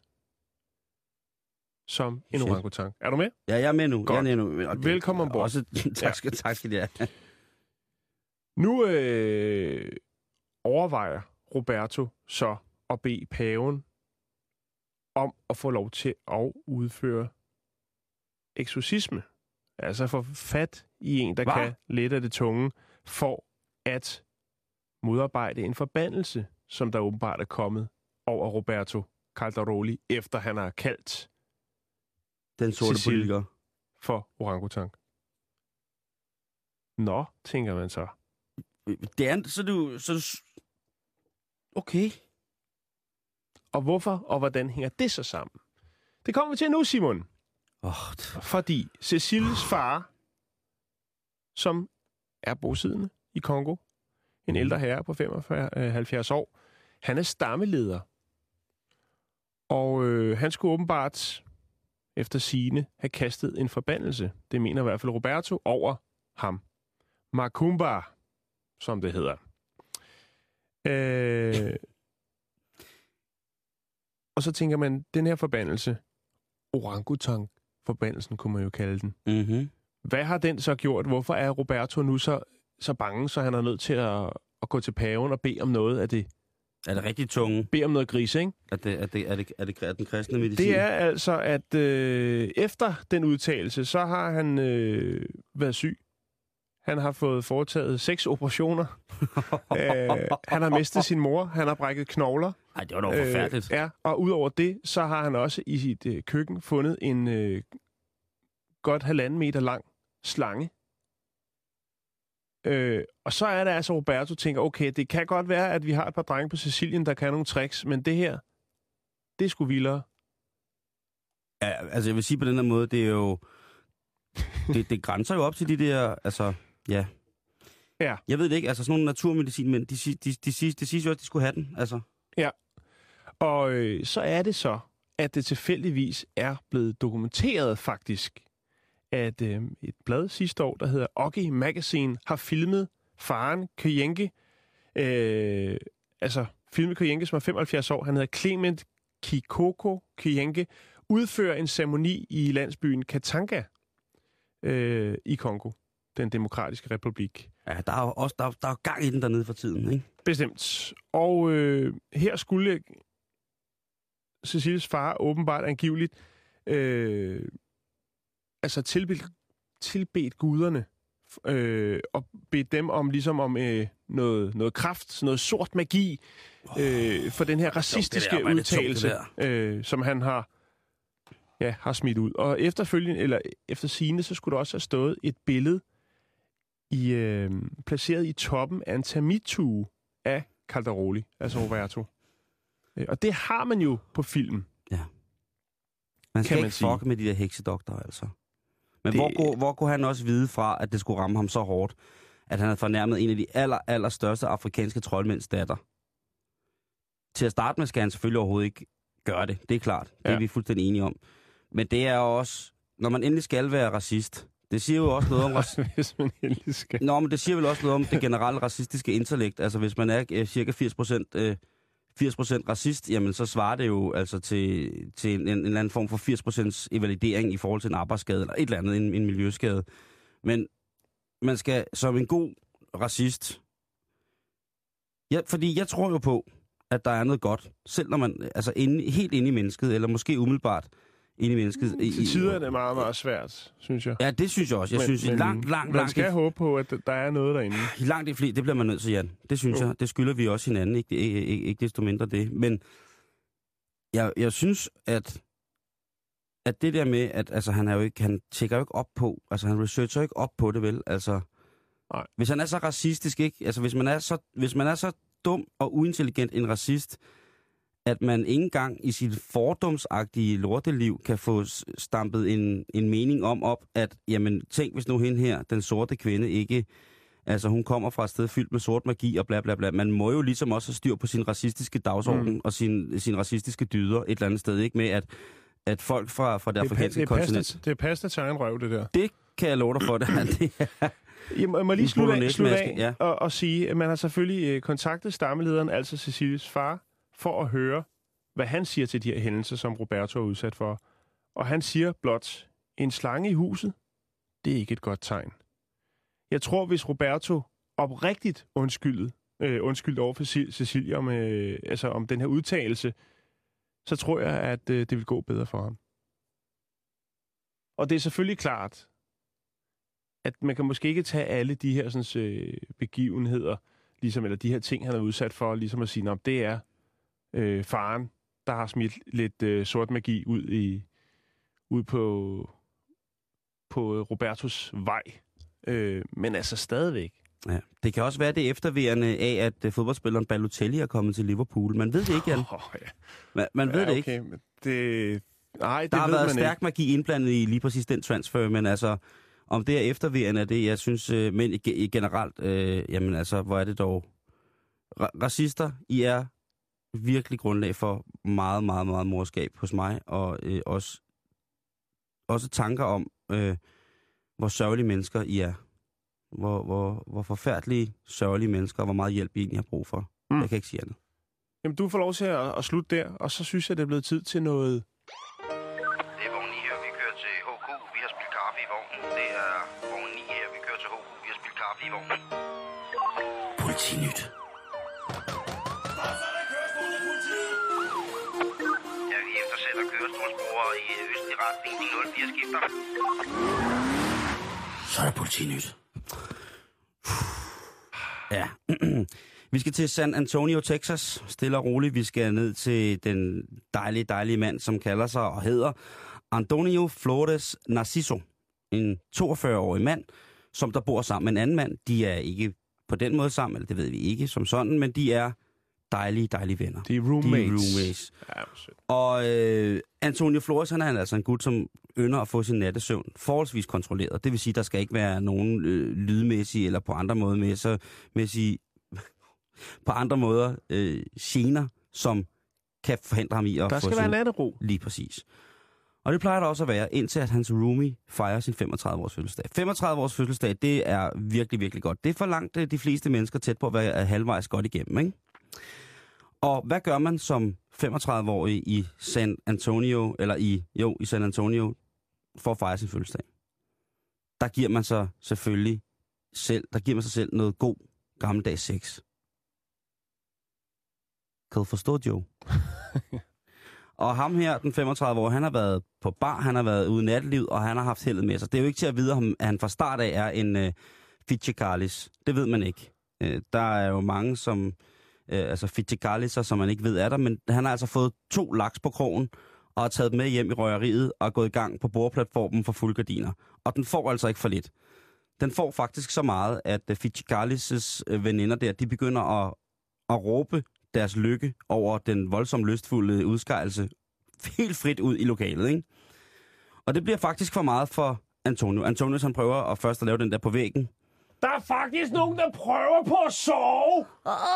som en orangutang. Er du med? Ja, jeg er med nu. Godt. Jeg er med nu. Velkommen ombord. Også, tak skal jeg have. Nu overvejer Roberto så at bede paven om at få lov til at udføre eksorcisme. Altså få fat i en, der kan lidt af det tunge, for at modarbejde en forbandelse, som der åbenbart er kommet over Roberto Calderoli, efter han har kaldt den sorte Cécile politiker for orangutang. Nå, tænker man så. Det er så okay. Og hvorfor og hvordan hænger det så sammen? Det kommer vi til nu, Simon. Fordi Céciles far, som er bosiddende i Kongo, en ældre herre på 75 år, han er stammeleder. Og han skulle åbenbart efter sigende have kastet en forbandelse. Det mener i hvert fald Roberto over ham. Macumba, som det hedder. Og så tænker man, den her forbandelse, orangutang-forbandelsen kunne man jo kalde den. Mm-hmm. Hvad har den så gjort? Hvorfor er Roberto nu så bange, så han er nødt til at gå til paven og bede om noget af det? Er det rigtig tunge? Bede om noget grise, ikke? Er det den kristne medicin? Det er altså, at efter den udtalelse, så har han været syg. Han har fået foretaget 6 operationer. Han har mistet sin mor. Han har brækket knogler. Nej, det var dog forfærdeligt. Ja, og udover det, så har han også i sit køkken fundet en godt 1,5 meter lang slange. Og så er det altså, Roberto tænker, okay, det kan godt være, at vi har et par drenge på Sicilien, der kan nogle tricks, men det her, det er sgu vildere. Ja, altså jeg vil sige på den her måde, det er jo... det grænser jo op til de der, altså, ja. Ja. Jeg ved det ikke, altså sådan nogle naturmedicin, men de siger jo, at de skulle have den, altså. Ja, og så er det så, at det tilfældigvis er blevet dokumenteret faktisk, at et blad sidste år, der hedder Oggi Magazine, har filmet faren Kyenge. Filmet Kyenge, som er 75 år. Han hedder Clement Kikoko Kyenge. Udfører en ceremoni i landsbyen Katanga i Kongo, den demokratiske republik. Ja, der er gang i den dernede for tiden, ikke? Bestemt. Og her skulle Cecilies far åbenbart angiveligt tilbedt guderne og bedt dem om ligesom om noget kraft, noget sort magi for den her racistiske udtalelse, som han har smidt ud. Og efter sigende, så skulle der også have stået et billede placeret i toppen af en termittue af Calderoli, altså Roberto. Og det har man jo på film. Ja. Man skal ikke fucke med de der heksedoktorer, altså. Men hvor kunne han også vide fra, at det skulle ramme ham så hårdt, at han havde fornærmet en af de allerstørste afrikanske troldmænds datter? Til at starte med skal han selvfølgelig overhovedet ikke gøre det. Det er klart. Det er vi fuldstændig enige om. Men det er også, når man endelig skal være racist, det siger jo også noget om... hvis man endelig skal. Nå, men det siger vel også noget om det generelle racistiske intellekt. Altså, hvis man er cirka 80% racist, jamen så svarer det jo altså til en eller anden form for 80% evalidering i forhold til en arbejdsskade, eller et eller andet, en miljøskade. Men man skal som en god racist... Ja, fordi jeg tror jo på, at der er noget godt, selv når man helt inde i mennesket, eller måske umiddelbart inde i mennesket. Til tider er det meget, meget svært, synes jeg. Ja, det synes jeg også. Jeg synes, langt... Man skal håbe på, at der er noget derinde. Langt i det bliver man nødt til, Jan. Det synes jeg. Det skylder vi også hinanden, ikke desto mindre det. Men jeg synes, at det der med, at altså, han tjekker jo ikke op på, altså han researcher jo ikke op på det, vel? Altså, nej. Hvis han er så racistisk, ikke? Altså, hvis man er så dum og uintelligent en racist, at man ikke engang i sit fordomsagtige lorteliv kan få stampet en mening op, at jamen, tænk hvis nu hende her, den sorte kvinde, ikke... Altså, hun kommer fra et sted fyldt med sort magi og bla bla bla. Man må jo ligesom også have styr på sin racistiske dagsorden og sin racistiske dyder et eller andet sted, ikke? Med at folk fra det afrikanske kontinent... Det er pasta til egen røv, det der. Det kan jeg love dig for, det her. Jeg må lige slutte af og sige, at man har selvfølgelig kontaktet stammelederen, altså Cecilies far, for at høre, hvad han siger til de her hændelser, som Roberto er udsat for. Og han siger blot, en slange i huset, det er ikke et godt tegn. Jeg tror, hvis Roberto oprigtigt undskyld over for Cecilia om den her udtalelse, så tror jeg, at det vil gå bedre for ham. Og det er selvfølgelig klart, at man kan måske ikke tage alle de her begivenheder, ligesom, eller de her ting, han er udsat for, ligesom at sige, at det er faren, der har smidt lidt sort magi ud på Robertos vej. Men altså stadigvæk. Ja. Det kan også være det efterværende af, at fodboldspilleren Balotelli er kommet til Liverpool. Man ved det ikke, Jan. Man ved det ikke. Men det der har været stærk magi indblandet i lige præcis den transfer, men altså, om det er efterværende af det, jeg synes, men generelt, jamen altså, hvor er det dog? Racister, I er virkelig grundlag for meget, meget, meget morskab hos mig, og også tanker om, hvor sørgelige mennesker I er. Hvor forfærdelige, sørgelige mennesker, og hvor meget hjælp I egentlig har brug for. Jeg kan ikke sige andet. Jamen, du får lov til at slutte der, og så synes jeg, det er blevet tid til noget... Det er vogn 9 her, vi kører til HK. Vi har spillet kaffe i vognen. Det er vogn 9 her, vi kører til HK. Vi har spillet kaffe i vognen. Politinyt. Ja, vi eftersætter kørestolsbrugere i østlig retning. De 04 skifter. Så er der politinyt. Ja. Vi skal til San Antonio, Texas. Stille og roligt. Vi skal ned til den dejlige mand, som kalder sig og hedder Antonio Flores Narciso. En 42-årig mand, som der bor sammen med en anden mand. De er ikke på den måde sammen, eller det ved vi ikke som sådan, men de er dejlige venner. De er roommates. Ja, og Antonio Flores, han er altså en gut, som ynder at få sin nattesøvn forholdsvis kontrolleret. Det vil sige, der skal ikke være nogen lydmæssige eller på andre måder på andre måder gener, som kan forhindre ham i at få der skal være nattero. Lige præcis. Og det plejer der også at være, indtil at hans roomie fejrer sin 35-års fødselsdag. 35-års fødselsdag, det er virkelig, virkelig godt. Det er for langt de fleste mennesker tæt på at være halvvejs godt igennem, ikke? Og hvad gør man som 35-årig i San Antonio, i San Antonio, for at fejre sin fødselsdag? Der giver man sig selvfølgelig selv noget god, gammeldags sex. Kan du forstå, Joe? Og ham her, den 35 år, han har været på bar, han har været ude i nattelivet, og han har haft heldet med sig. Det er jo ikke til at vide, at han fra start af er en Fitzcarrallis. Det ved man ikke. Der er jo mange, som Fitzcarralliser, som man ikke ved er der, men han har altså fået 2 laks på krogen, og har taget dem med hjem i røgeriet, og er gået i gang på bordplatformen for fuldgardiner. Og den får altså ikke for lidt. Den får faktisk så meget, at Fitzcarrallis' veninder der, de begynder at råbe deres lykke over den voldsomt lystfulde udskejelse helt frit ud i lokalet, ikke? Og det bliver faktisk for meget for Antonio. Antonius, han prøver at først at lave den der på væggen. Der er faktisk nogen, der prøver på at sove!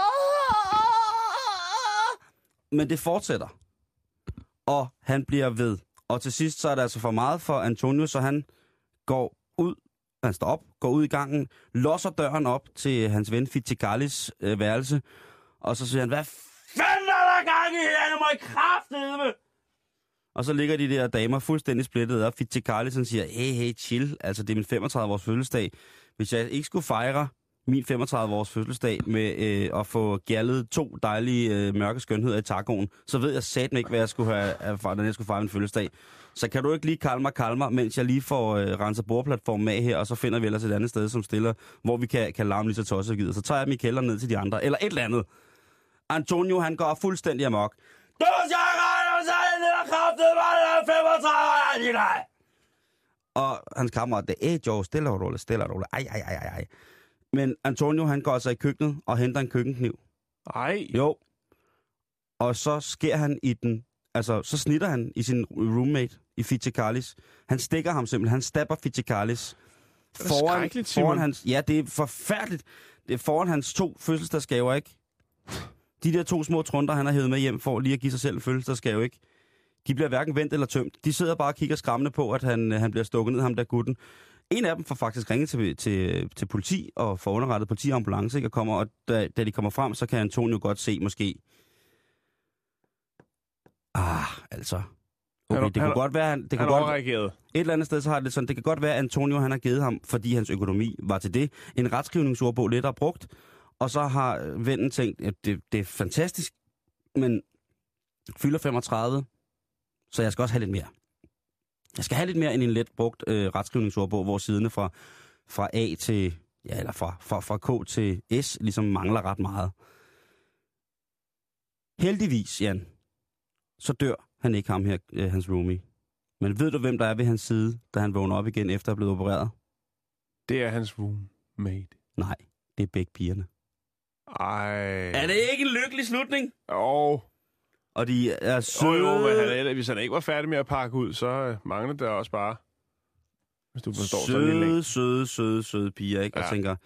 Men det fortsætter. Og han bliver ved. Og til sidst, så er det altså for meget for Antonio, så han går ud, han står op, går ud i gangen, låser døren op til hans ven Fitzcarrallis værelse, og så siger han, hvad fanden er der gang i her? Jeg må i kraftedeme! Og så ligger de der damer fuldstændig splittet op. Fitzcarrallis siger, hey, chill. Altså, det er min 35-års fødselsdag. Hvis jeg ikke skulle fejre min 35-års fødselsdag med at få gjaldet 2 dejlige mørke skønheder i tacoen, så ved jeg satme ikke, hvad jeg skulle have, når jeg skulle fejre min fødselsdag. Så kan du ikke lige kalde mig, mens jeg lige får renset bordplatformen af her, og så finder vi ellers et andet sted, som stiller, hvor vi kan larme lige så tosset gider. Så tager jeg dem i kælderen ned til de andre, eller et eller andet. Antonio, han går fuldstændig amok. Du skal regne, så er det kraftet, var 35 år, og hans kammerat, det er Joe, stille og roligt. Ej. Men Antonio, han går altså i køkkenet og henter en køkkenkniv. Ej. Jo. Og så skærer han i den, altså så snitter han i sin roommate, i Fitzcarrallis. Han stikker ham simpelthen, han stabber Fitzcarrallis. Foran hans, ja, det er forfærdeligt. Det er foran hans 2 fødselsdagsgaver, ikke? De der 2 små trunder, han har hævet med hjem for lige at give sig selv en fødselsdagsgave, ikke? De bliver hverken vendt eller tømt. De sidder bare og kigger skræmmende på, at han bliver stukket ned, ham der gutten. En af dem får faktisk ringet til politi og får underrettet politiambulance, ikke? Og da de kommer frem, så kan Antonio godt se måske... altså... Okay, det kunne godt være... Det kunne overreageret. Et eller andet sted, så har det sådan... Det kan godt være, at Antonio, han har givet ham, fordi hans økonomi var til det, en retskrivningsordbog lidt har brugt, og så har vennen tænkt, at det er fantastisk, men fylder 35, så jeg skal også have lidt mere. Jeg skal have lidt mere end en let brugt retskrivningsordbog, hvor siderne fra A til... Ja, eller fra K til S ligesom mangler ret meget. Heldigvis, Jan, så dør han ikke, ham her, hans roomie. Men ved du, hvem der er ved hans side, da han vågner op igen efter at have blevet opereret? Det er hans roommate. Nej, det er begge pigerne. Ej. Er det ikke en lykkelig slutning? Jo. Og de er søde. Jo, hvis han ikke var færdig med at pakke ud, så mangler det også bare, hvis du forstår søde piger, ikke? Ja. Og tænker...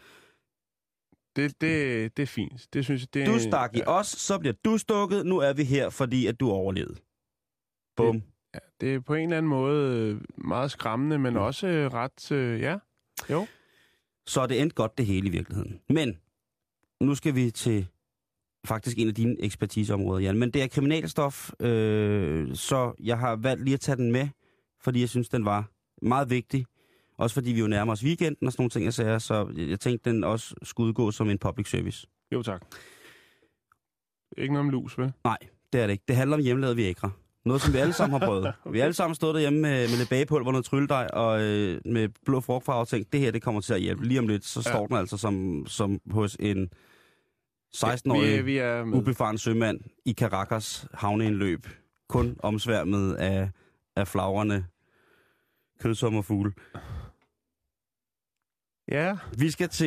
Det er fint. Det synes jeg, du stak i os, så bliver du stukket. Nu er vi her, fordi at du overlevede. Bum. Det er på en eller anden måde meget skræmmende, men også ret... Jo. Så det endte godt det hele i virkeligheden. Men nu skal vi til faktisk en af dine ekspertiseområder, Jan. Men det er kriminalstof, så jeg har valgt lige at tage den med, fordi jeg synes, den var meget vigtig. Også fordi vi jo nærmer os weekenden og sådan nogle ting, jeg sagde, så jeg tænkte, den også skulle udgå som en public service. Jo, tak. Ikke noget om lus, vel? Nej, det er det ikke. Det handler om hjemmelavet viagra. Noget, som vi alle sammen har prøvet. Okay. Vi har alle sammen stået derhjemme med lidt bagepulver, noget trylledej og med blå frugtfarve og tænkt, det her, det kommer til at hjælpe. Lige om lidt, så står den altså som hos en 16-årig ubefaren sømand i Caracas havneindløb. Kun omsværmet af flagrende kødsommerfugle. Ja. Vi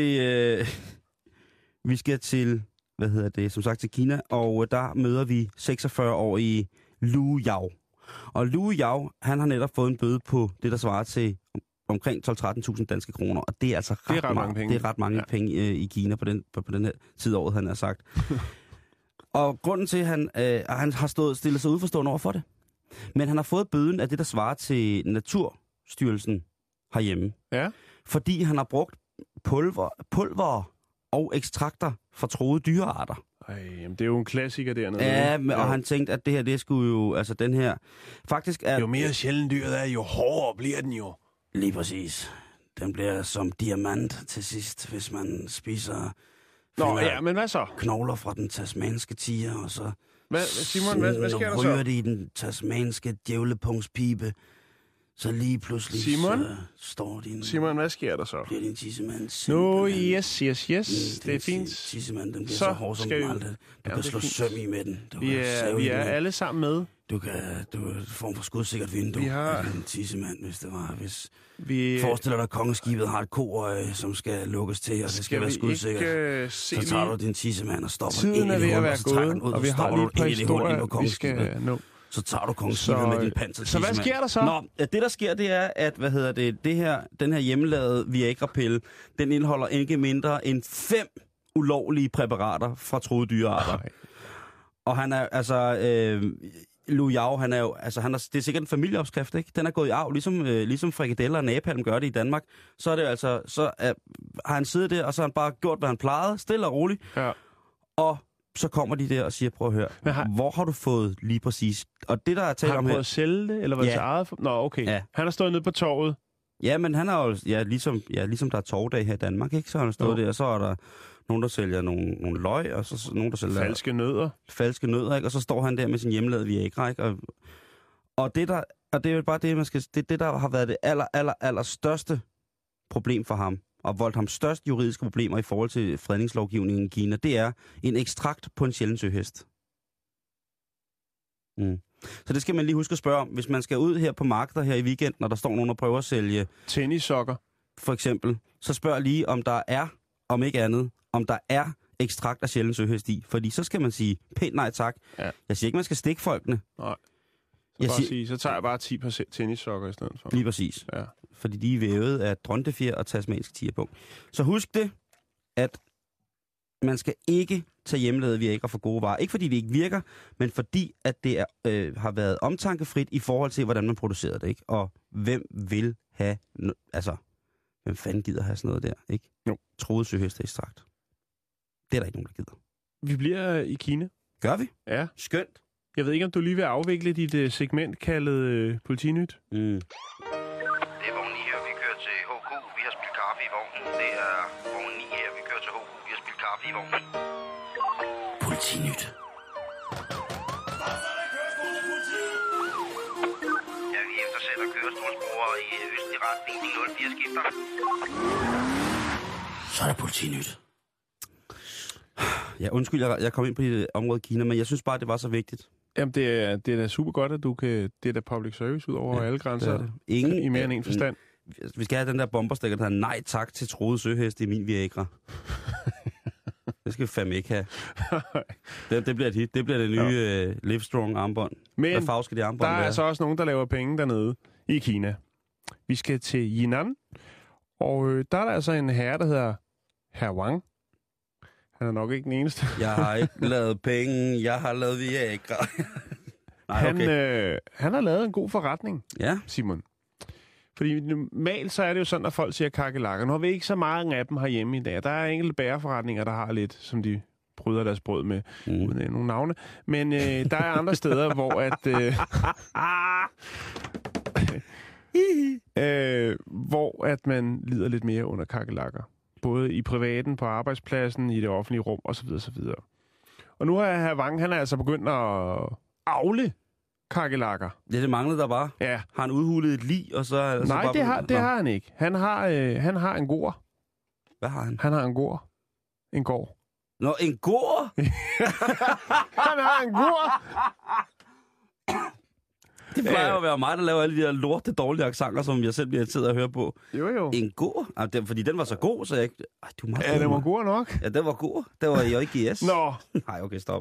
skal til, som sagt til Kina, og der møder vi 46-årige Lu Yao. Og Lu Yao, han har netop fået en bøde på det, der svarer til omkring 12-13.000 danske kroner, og det er altså ret mange penge. Det er ret mange penge i Kina på den her tid af året, han har sagt. Og grunden til, at han har stillet sig udforstående over for det, Men han har fået bøden af det, der svarer til Naturstyrelsen herhjemme. Ja. Fordi han har brugt pulver og ekstrakter fra truede dyrearter. Jamen, det er jo en klassiker dernede. Ja, og han tænkte, at det her, det skulle jo, altså den her, faktisk er... Jo mere sjældent dyret er, jo hårdere bliver den jo. Lige præcis. Den bliver som diamant til sidst, hvis man spiser... Nå, ja, men hvad så? Knogler fra den tasmanske tiger, og så... Simon, hvad sker der så? Ryger det i den tasmanske djævlepungspibe, så lige pludselig Simon? så står din... Simon, hvad sker der så? Bliver din tissemand No, yes, det er fint. Tissemand, den bliver så hård som den aldrig. Du kan slå søm i med den. Vi er alle sammen med. Du er en form for skudsikkert vindue. Vi har... En tissemand, hvis forestiller dig, at kongeskibet har et kor, som skal lukkes til, og det skal være skudsikkert. Så tager du din tissemand og stopper den ind i det hul, og så trækker den ud, og så stopper du ind i det hul ind på kongeskibet. Så tager du kongeskibet med din panser. Så hvad sker der så? Nå, det der sker, det er, at den her hjemmelavede Viagra-pille, den indeholder ikke mindre end 5 ulovlige præparater fra truede dyrearter. Og han er, Lu Yao, det er sikkert en familieopskrift, ikke? Den er gået i arv, ligesom frikadeller og napalm gør det i Danmark. Så er det har han siddet der, og så har han bare gjort, hvad han plejede, stille og roligt. Ja. Og så kommer de der og siger, prøv at høre, hvor har du fået lige præcis? Og det, der er talt om her... Har han prøvet at sælge det, eller var det til eget? Nå, okay. Ja. Han har stået nede på torvet. Ja, men han har jo, ligesom der er torvdag her i Danmark, ikke? Så har han stået der, og så er der nogen, der sælger nogle løg, og så nogen, der sælger... Falske nødder, ikke? Og så står han der med sin hjemmelavede Viagra, ikke? Og det er jo bare det, der har været det aller største problem for ham, og voldt ham størst juridiske problemer i forhold til fredningslovgivningen i Kina, det er en ekstrakt på en sjælden søhest. Så det skal man lige huske at spørge om. Hvis man skal ud her på markeder her i weekenden, når der står nogen og prøver at sælge... Tennissokker. For eksempel. Så spørg lige, om der er, om ikke andet, om der er ekstrakt af sjælden søhest i. Fordi så skal man sige pænt nej tak. Ja. Jeg siger ikke, man skal stikke folkene. Nej. Så tager jeg bare 10% tennissokker i stedet for. Lige præcis. Ja. Fordi de er vævet af drontefjer og tasmansk tigerpung. Så husk det, at man skal ikke tage hjemmelavede Viagra for gode varer. Ikke fordi det ikke virker, men fordi at det har været omtankefrit i forhold til, hvordan man producerede det, ikke? Og hvem vil have... hvem fanden gider have sådan noget der, ikke? Jo. Truet søhesteekstrakt. Det er der ikke nogen, der gider. Vi bliver i Kina. Gør vi? Ja. Skønt. Jeg ved ikke, om du lige vil afvikle dit segment kaldet Politinyt. Det er vogn 9 her, vi kører til HK. Vi har spillet kaffe i vognen. Det er vogn 9 her, vi kører til HK. Vi har spillet kaffe i vognen. Politinyt. Ja, vi eftersætter kørestolsbrugere i østlig retning. De 04 skifter. Så er der Politinyt. Ja, undskyld, jeg kom ind på det område Kina, men jeg synes bare, det var så vigtigt. Jamen, det er da super godt, at du kan... Det er da public service ud over alle grænser. Det. Ingen, i mere end en forstand. Vi skal have den der bomberstikker, der hedder nej tak til troede søheste i min Viagra. Det skal vi fandme ikke have. Det bliver et hit. Det bliver det nye Livestrong armbånd. Men hvad farve skal det armbånd der er være? altså også nogen, der laver penge dernede i Kina. Vi skal til Yinan, og der er der altså en herre, der hedder Herr Wang. Han er nok ikke den eneste. Jeg har ikke lavet penge, jeg har lavet Viagra. Nej, okay. Han har lavet en god forretning, Simon. Fordi normalt så er det jo sådan, at folk siger kakelakker. Nu har vi ikke så mange af dem herhjemme i dag. Der er enkelte bagerforretninger, der har lidt, som de bryder deres brød med, uden nogle navne. Men der er andre steder, hvor at... hvor at man lider lidt mere under kakelakker. Både i privaten, på arbejdspladsen, i det offentlige rum osv. osv. Og nu har hr. Wang, han er altså begyndt at avle kakelakker. Det manglede der bare. Ja. Har han udhulet et lig, og så... Nej, bare det har han ikke. Han har en gård. Hvad har han? Han har en gård. En gård. Nå, en gård? Han har en gård! Det plejer jo at være mig, der laver alle de der lorte, dårlige accenter, som jeg selv bliver irriteret at høre på. Jo. En gård? Fordi den var så god, så jeg ikke... Du må den var god nok. Ja, den var god. Det var jo ikke GS. Nå. Nej, okay, stop.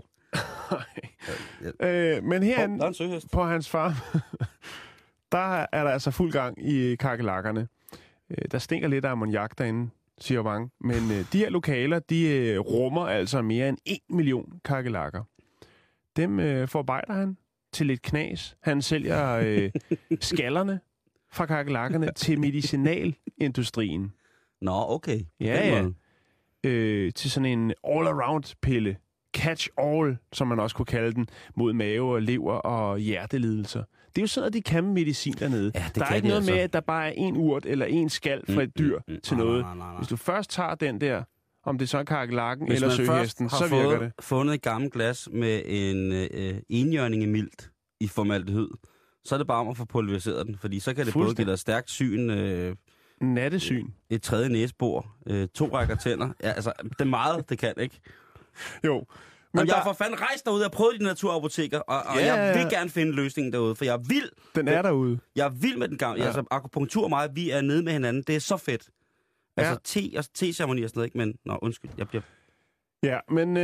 Men herinde på hans farm, der er der altså fuld gang i kakelakkerne. Der stinker lidt af ammoniak derinde, siger Wang. Men de her lokaler, de rummer altså mere end 1 million kakelakker. Dem forarbejder han til lidt knas. Han sælger skallerne fra kakelakkerne til medicinalindustrien. Nå, okay. Ja. Til sådan en all-around-pille. Catch-all, som man også kunne kalde den, mod mave og lever og hjertelidelser. Det er jo sådan, at de kan medicin dernede. Ja, der er ikke noget med, at der bare er en urt eller en skal fra et dyr til noget. Nej. Hvis du først tager den der, om det så er kakelakken eller søhesten, så virker det. Hvis man fundet et gammelt glas med en enhjørningemilt i formaldehyd, så er det bare om at få pulveriseret den, fordi så kan det både give dig stærkt syn, nattesyn, et tredje næsebor, 2 rækker tænder. Ja, altså, det er meget, det kan, ikke? Jo. Men jeg har for fanden rejst derude og prøvet de naturapoteker, og jeg vil gerne finde løsningen derude, for jeg er vild. Den er derude. Jeg er vild med den gamle. Ja. Altså, akupunktur og mig, vi er nede med hinanden. Det er så fedt. Altså, te-ceremoni og sådan noget, ikke? Men, undskyld, jeg bliver... Ja, men...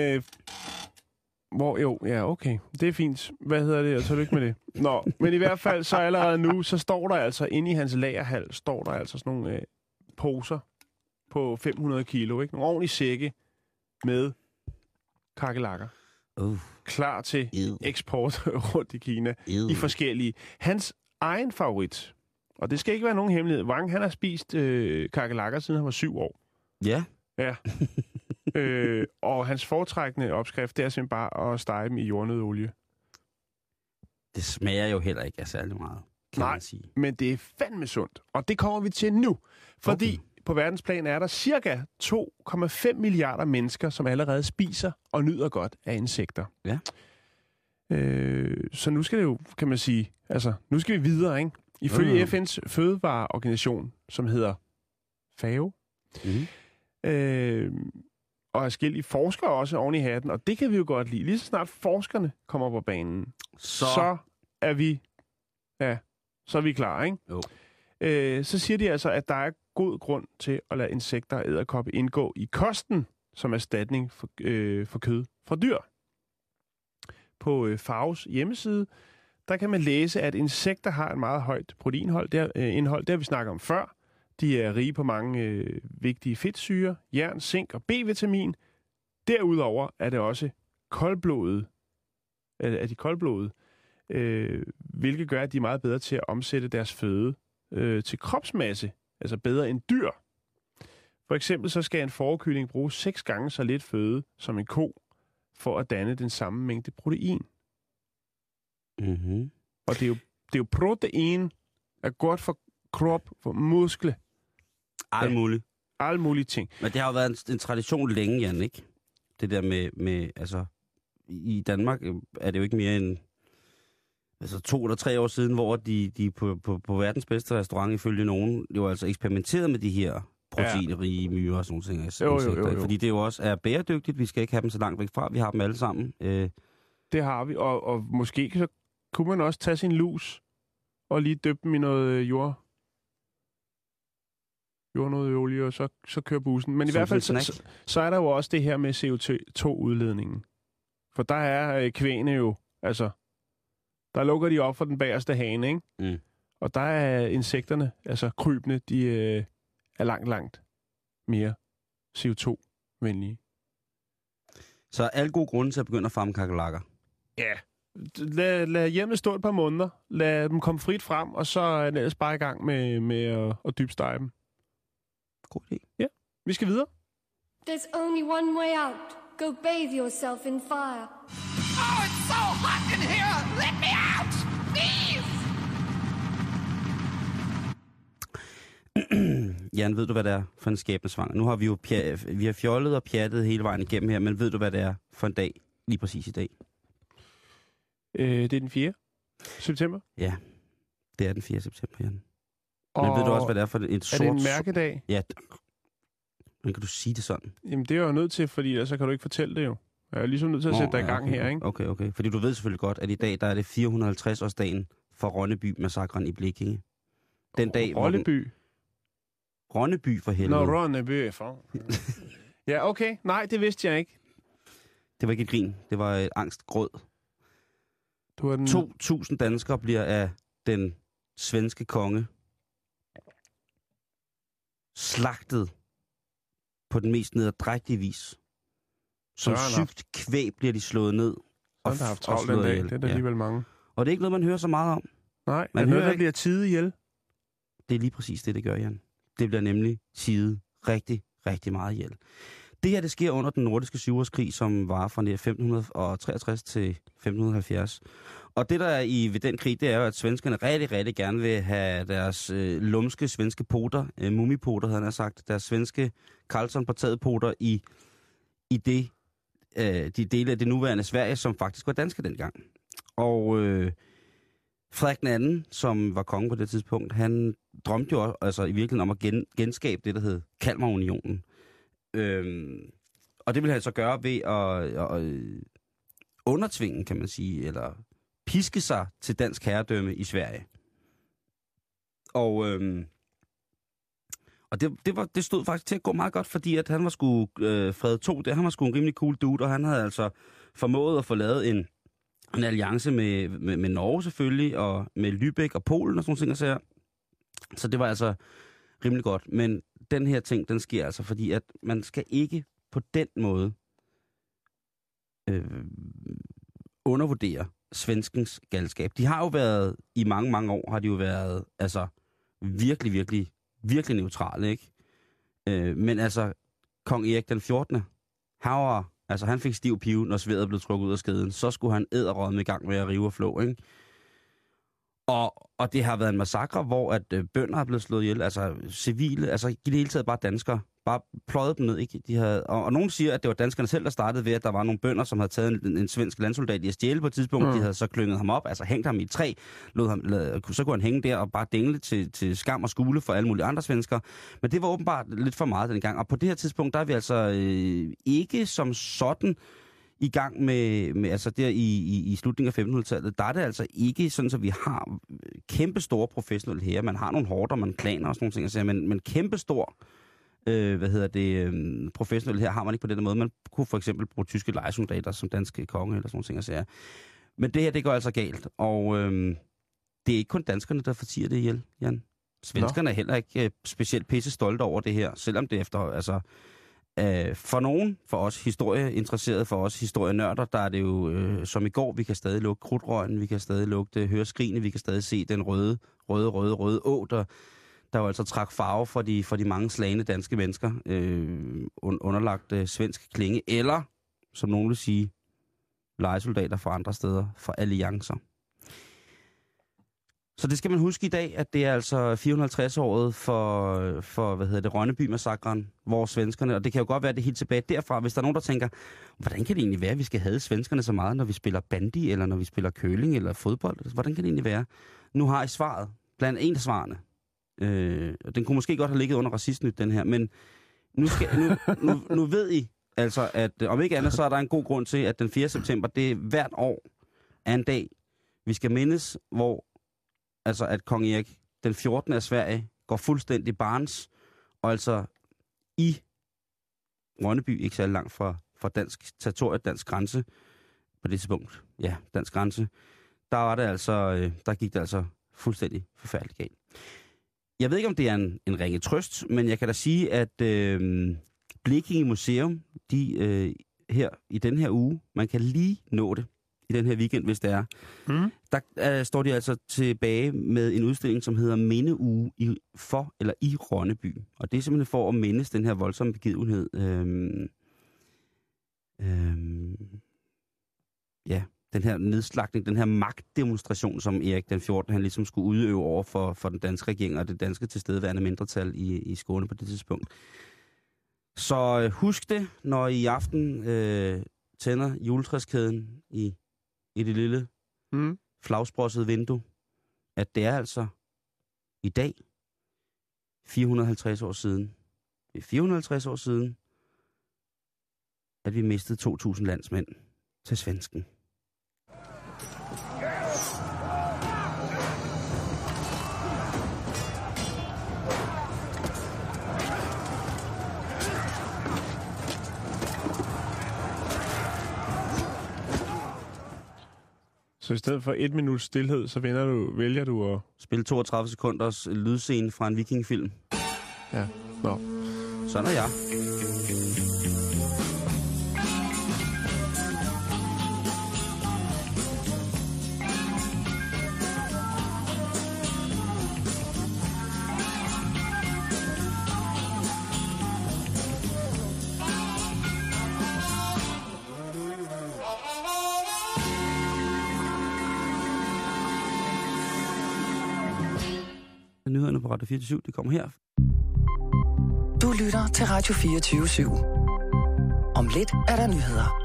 okay. Det er fint. Hvad hedder det? Så lykke med det. Nå, men i hvert fald, så allerede nu, så står der altså, inde i hans lagerhal, står der altså sådan nogle poser på 500 kilo, ikke? Nogle ordentlige sække med kakelakker. Klar til eksport rundt i Kina i forskellige. Hans egen favorit, og det skal ikke være nogen hemmelighed, Wang, han har spist kakelakker, siden han var 7 år. Ja. Ja. Og hans foretrækkende opskrift, det er simpelthen bare at stege dem i jordnøddeolie. Det smager jo heller ikke af særlig meget, kan man sige. Men det er fandme sundt. Og det kommer vi til nu. Fordi på verdensplan er der cirka 2,5 milliarder mennesker, som allerede spiser og nyder godt af insekter. Ja. Så nu skal det jo, kan man sige, altså, nu skal vi videre, ikke? Ifølge FN's fødevareorganisation, som hedder FAO, og forskellige forskere også oven i hatten, og det kan vi jo godt lide. Lige så snart forskerne kommer på banen, så er vi klar, ikke? Jo. Så siger de altså, at der er god grund til at lade insekter og edderkopper indgå i kosten som erstatning for kød fra dyr. På FAO's hjemmeside, der kan man læse, at insekter har et meget højt proteinindhold. Det har vi snakket om før. De er rige på mange vigtige fedtsyrer, jern, zink og B-vitamin. Derudover er det også koldblodet, hvilket gør, at de er meget bedre til at omsætte deres føde til kropsmasse, altså bedre end dyr. For eksempel så skal en fårekylling bruge 6 gange så lidt føde som en ko, for at danne den samme mængde protein. Mm-hmm. Og det er jo protein, er godt for krop, for muskler. Alle mulige ting. Men det har jo været en tradition længe, Jan, ikke? Det der med altså, i Danmark er det jo ikke mere end 2 eller 3 år siden, hvor de på verdens bedste restaurant, ifølge nogen, jo altså eksperimenterede med de her proteinrige myrer og sådan nogle ting. Jo. Fordi det jo også er bæredygtigt. Vi skal ikke have dem så langt væk fra. Vi har dem alle sammen. Det har vi, og måske så kunne man også tage sin lus og lige døbe dem i noget jordnøddeolie, og så kører bussen. Men i hvert fald, så er der jo også det her med CO2-udledningen. For der er kvægene jo, altså, der lukker de op for den bagerste hane, ikke? Mm. Og der er insekterne, altså krybene, de er langt mere CO2-venlige. Så alle gode grunde til at begynde at farme kakelakker? Ja. Lad hjemmet stå et par måneder. Lad dem komme frit frem, og så er den ellers bare i gang med at dybstege dem. God idé. Ja, vi skal videre. There's only one way out. Go bathe yourself in fire. Oh, it's so hot in here! Let me out! Please! Jan, ved du, hvad det er for en skæbnesvanger? Nu har vi jo vi har fjollet og pjattet hele vejen igennem her, men ved du, hvad det er for en dag, lige præcis i dag? Det er den 4. september? Ja, det er den 4. september, Jan. Men ved du også, hvad det er for et sort... Er det en mærkedag? Ja. Men kan du sige det sådan? Jamen, det er jeg jo nødt til, fordi ellers kan du ikke fortælle det jo. Jeg er ligesom nødt til at sætte dig i gang her, ikke? Okay. Fordi du ved selvfølgelig godt, at i dag, der er det 450-årsdagen for Ronneby-massakren i Blekinge. Den dag, Ronneby? Ronneby for helvede. Nå, Ronneby for... Ja, okay. Nej, det vidste jeg ikke. Det var ikke et grin. Det var et angstgråd. 2.000 danskere bliver af den svenske konge slagtet på den mest nederdrægtige vis. Som sygt kvæg bliver de slået ned Han har haft travlt den dag. Det er der alligevel mange. Og det er ikke noget, man hører så meget om. Nej, man hører der bliver tidet ihjel. Det er lige præcis det gør, Jan. Det bliver nemlig tidet rigtig, rigtig meget ihjel. Det her, det sker under den nordiske syvårskrig, som var fra 1563 til 1570. Og det, der er ved den krig, det er jo, at svenskerne rigtig, rigtig gerne vil have deres lumske svenske poter, mumipoter, havde han sagt, deres svenske Karlsson på taget poter i de dele af det nuværende Sverige, som faktisk var danske dengang. Og Frederik II, som var konge på det tidspunkt, han drømte jo altså i virkeligheden om at genskabe det, der hed Kalmarunionen. Og det vil han så gøre ved at undertvinge, kan man sige, eller piske sig til dansk herredømme i Sverige. Og det stod faktisk til at gå meget godt, fordi at han var sgu Frederik II, han var sgu en rimelig cool dude, og han havde altså formået at få lavet en alliance med Norge selvfølgelig, og med Lübeck og Polen og sådan nogle ting. Så det var altså rimelig godt. Men den her ting, den sker altså, fordi at man skal ikke på den måde undervurdere svenskens galskab. De har jo været, i mange, mange år, har de jo været altså virkelig, virkelig, virkelig neutrale, ikke? Men altså, kong Erik den 14. Han fik stiv pive, når sværdet blev trukket ud af skeden. Så skulle han edderrådme i gang med at rive og flå, ikke? Og det har været en massakre, hvor at bønder er blevet slået ihjel, altså civile, altså i det hele taget bare danskere, bare pløjet dem ned, ikke? Og nogen siger, at det var danskerne selv, der startede ved, at der var nogle bønder, som havde taget en svensk landsoldat i at stjæle på et tidspunkt. De havde så klynget ham op, altså hængt ham i et træ, så kunne han hænge der og bare dingle til skam og skule for alle mulige andre svensker. Men det var åbenbart lidt for meget dengang. Og på det her tidspunkt, der er vi altså ikke som sådan i gang med altså der i slutningen af 1500-tallet, der er det altså ikke sådan, at vi har kæmpe store professionelle her. Man har nogle horder, man klaner og sådan nogle ting, men kæmpe stor professionelle her har man ikke på den måde. Man kunne for eksempel bruge tyske lejesoldater som danske konge eller sådan nogle ting. Men det her, det går altså galt, og det er ikke kun danskerne, der fortier det ihjel, Jan. Svenskerne er heller ikke specielt pisse stolte over det her, selvom det for nogen, for os historieinteresserede, for os historienørder, der er det jo som i går, vi kan stadig lugte krudtrøgen, vi kan stadig lugte høre skrigene, vi kan stadig se den røde å, der jo altså trak farve for de mange slagne danske mennesker, underlagt svensk klinge, eller, som nogen vil sige, lejesoldater fra andre steder, fra alliancer. Så det skal man huske i dag, at det er altså 450-året for Rønneby-massakren, hvor svenskerne, og det kan jo godt være, det er helt tilbage derfra, hvis der er nogen, der tænker, hvordan kan det egentlig være, at vi skal have svenskerne så meget, når vi spiller bandy, eller når vi spiller curling, eller fodbold? Hvordan kan det egentlig være? Nu har I svaret, blandt en af svarene. Den kunne måske godt have ligget under Racistnyt, den her, men nu ved I altså, at om ikke andet, så er der en god grund til, at den 4. september, det er hvert år er en dag, vi skal mindes, hvor altså at kong Erik den 14. af Sverige går fuldstændig barns, og altså i Rønneby, ikke så langt fra dansk territorie, dansk grænse, på det tidspunkt, ja, dansk grænse, der gik det altså fuldstændig forfærdeligt galt. Jeg ved ikke, om det er en ringe trøst, men jeg kan da sige, at Blekinge Museum, her i den her uge, man kan lige nå det i den her weekend, hvis det er. Der står de altså tilbage med en udstilling, som hedder Mindeuge i Rønneby. Og det er simpelthen for at mindes den her voldsomme begivenhed. Den her nedslagning, den her magtdemonstration, som Erik den 14. han ligesom skulle udøve over for den danske regering og det danske tilstedeværende mindretal i Skåne på det tidspunkt. Så husk det, når I aften tænder juletræskæden i det lille flagsprossede vindue, at det er altså i dag 450 år siden. Det er 450 år siden, at vi mistede 2.000 landsmænd til svensken. Så i stedet for 1 minuts stillhed, så vælger du at spille 32 sekunders lydscene fra en vikingfilm. Ja, nå. Sådan er jeg. nyhederne på Radio 24/7. Det kommer her. Du lytter til Radio 24/7. Om lidt er der nyheder.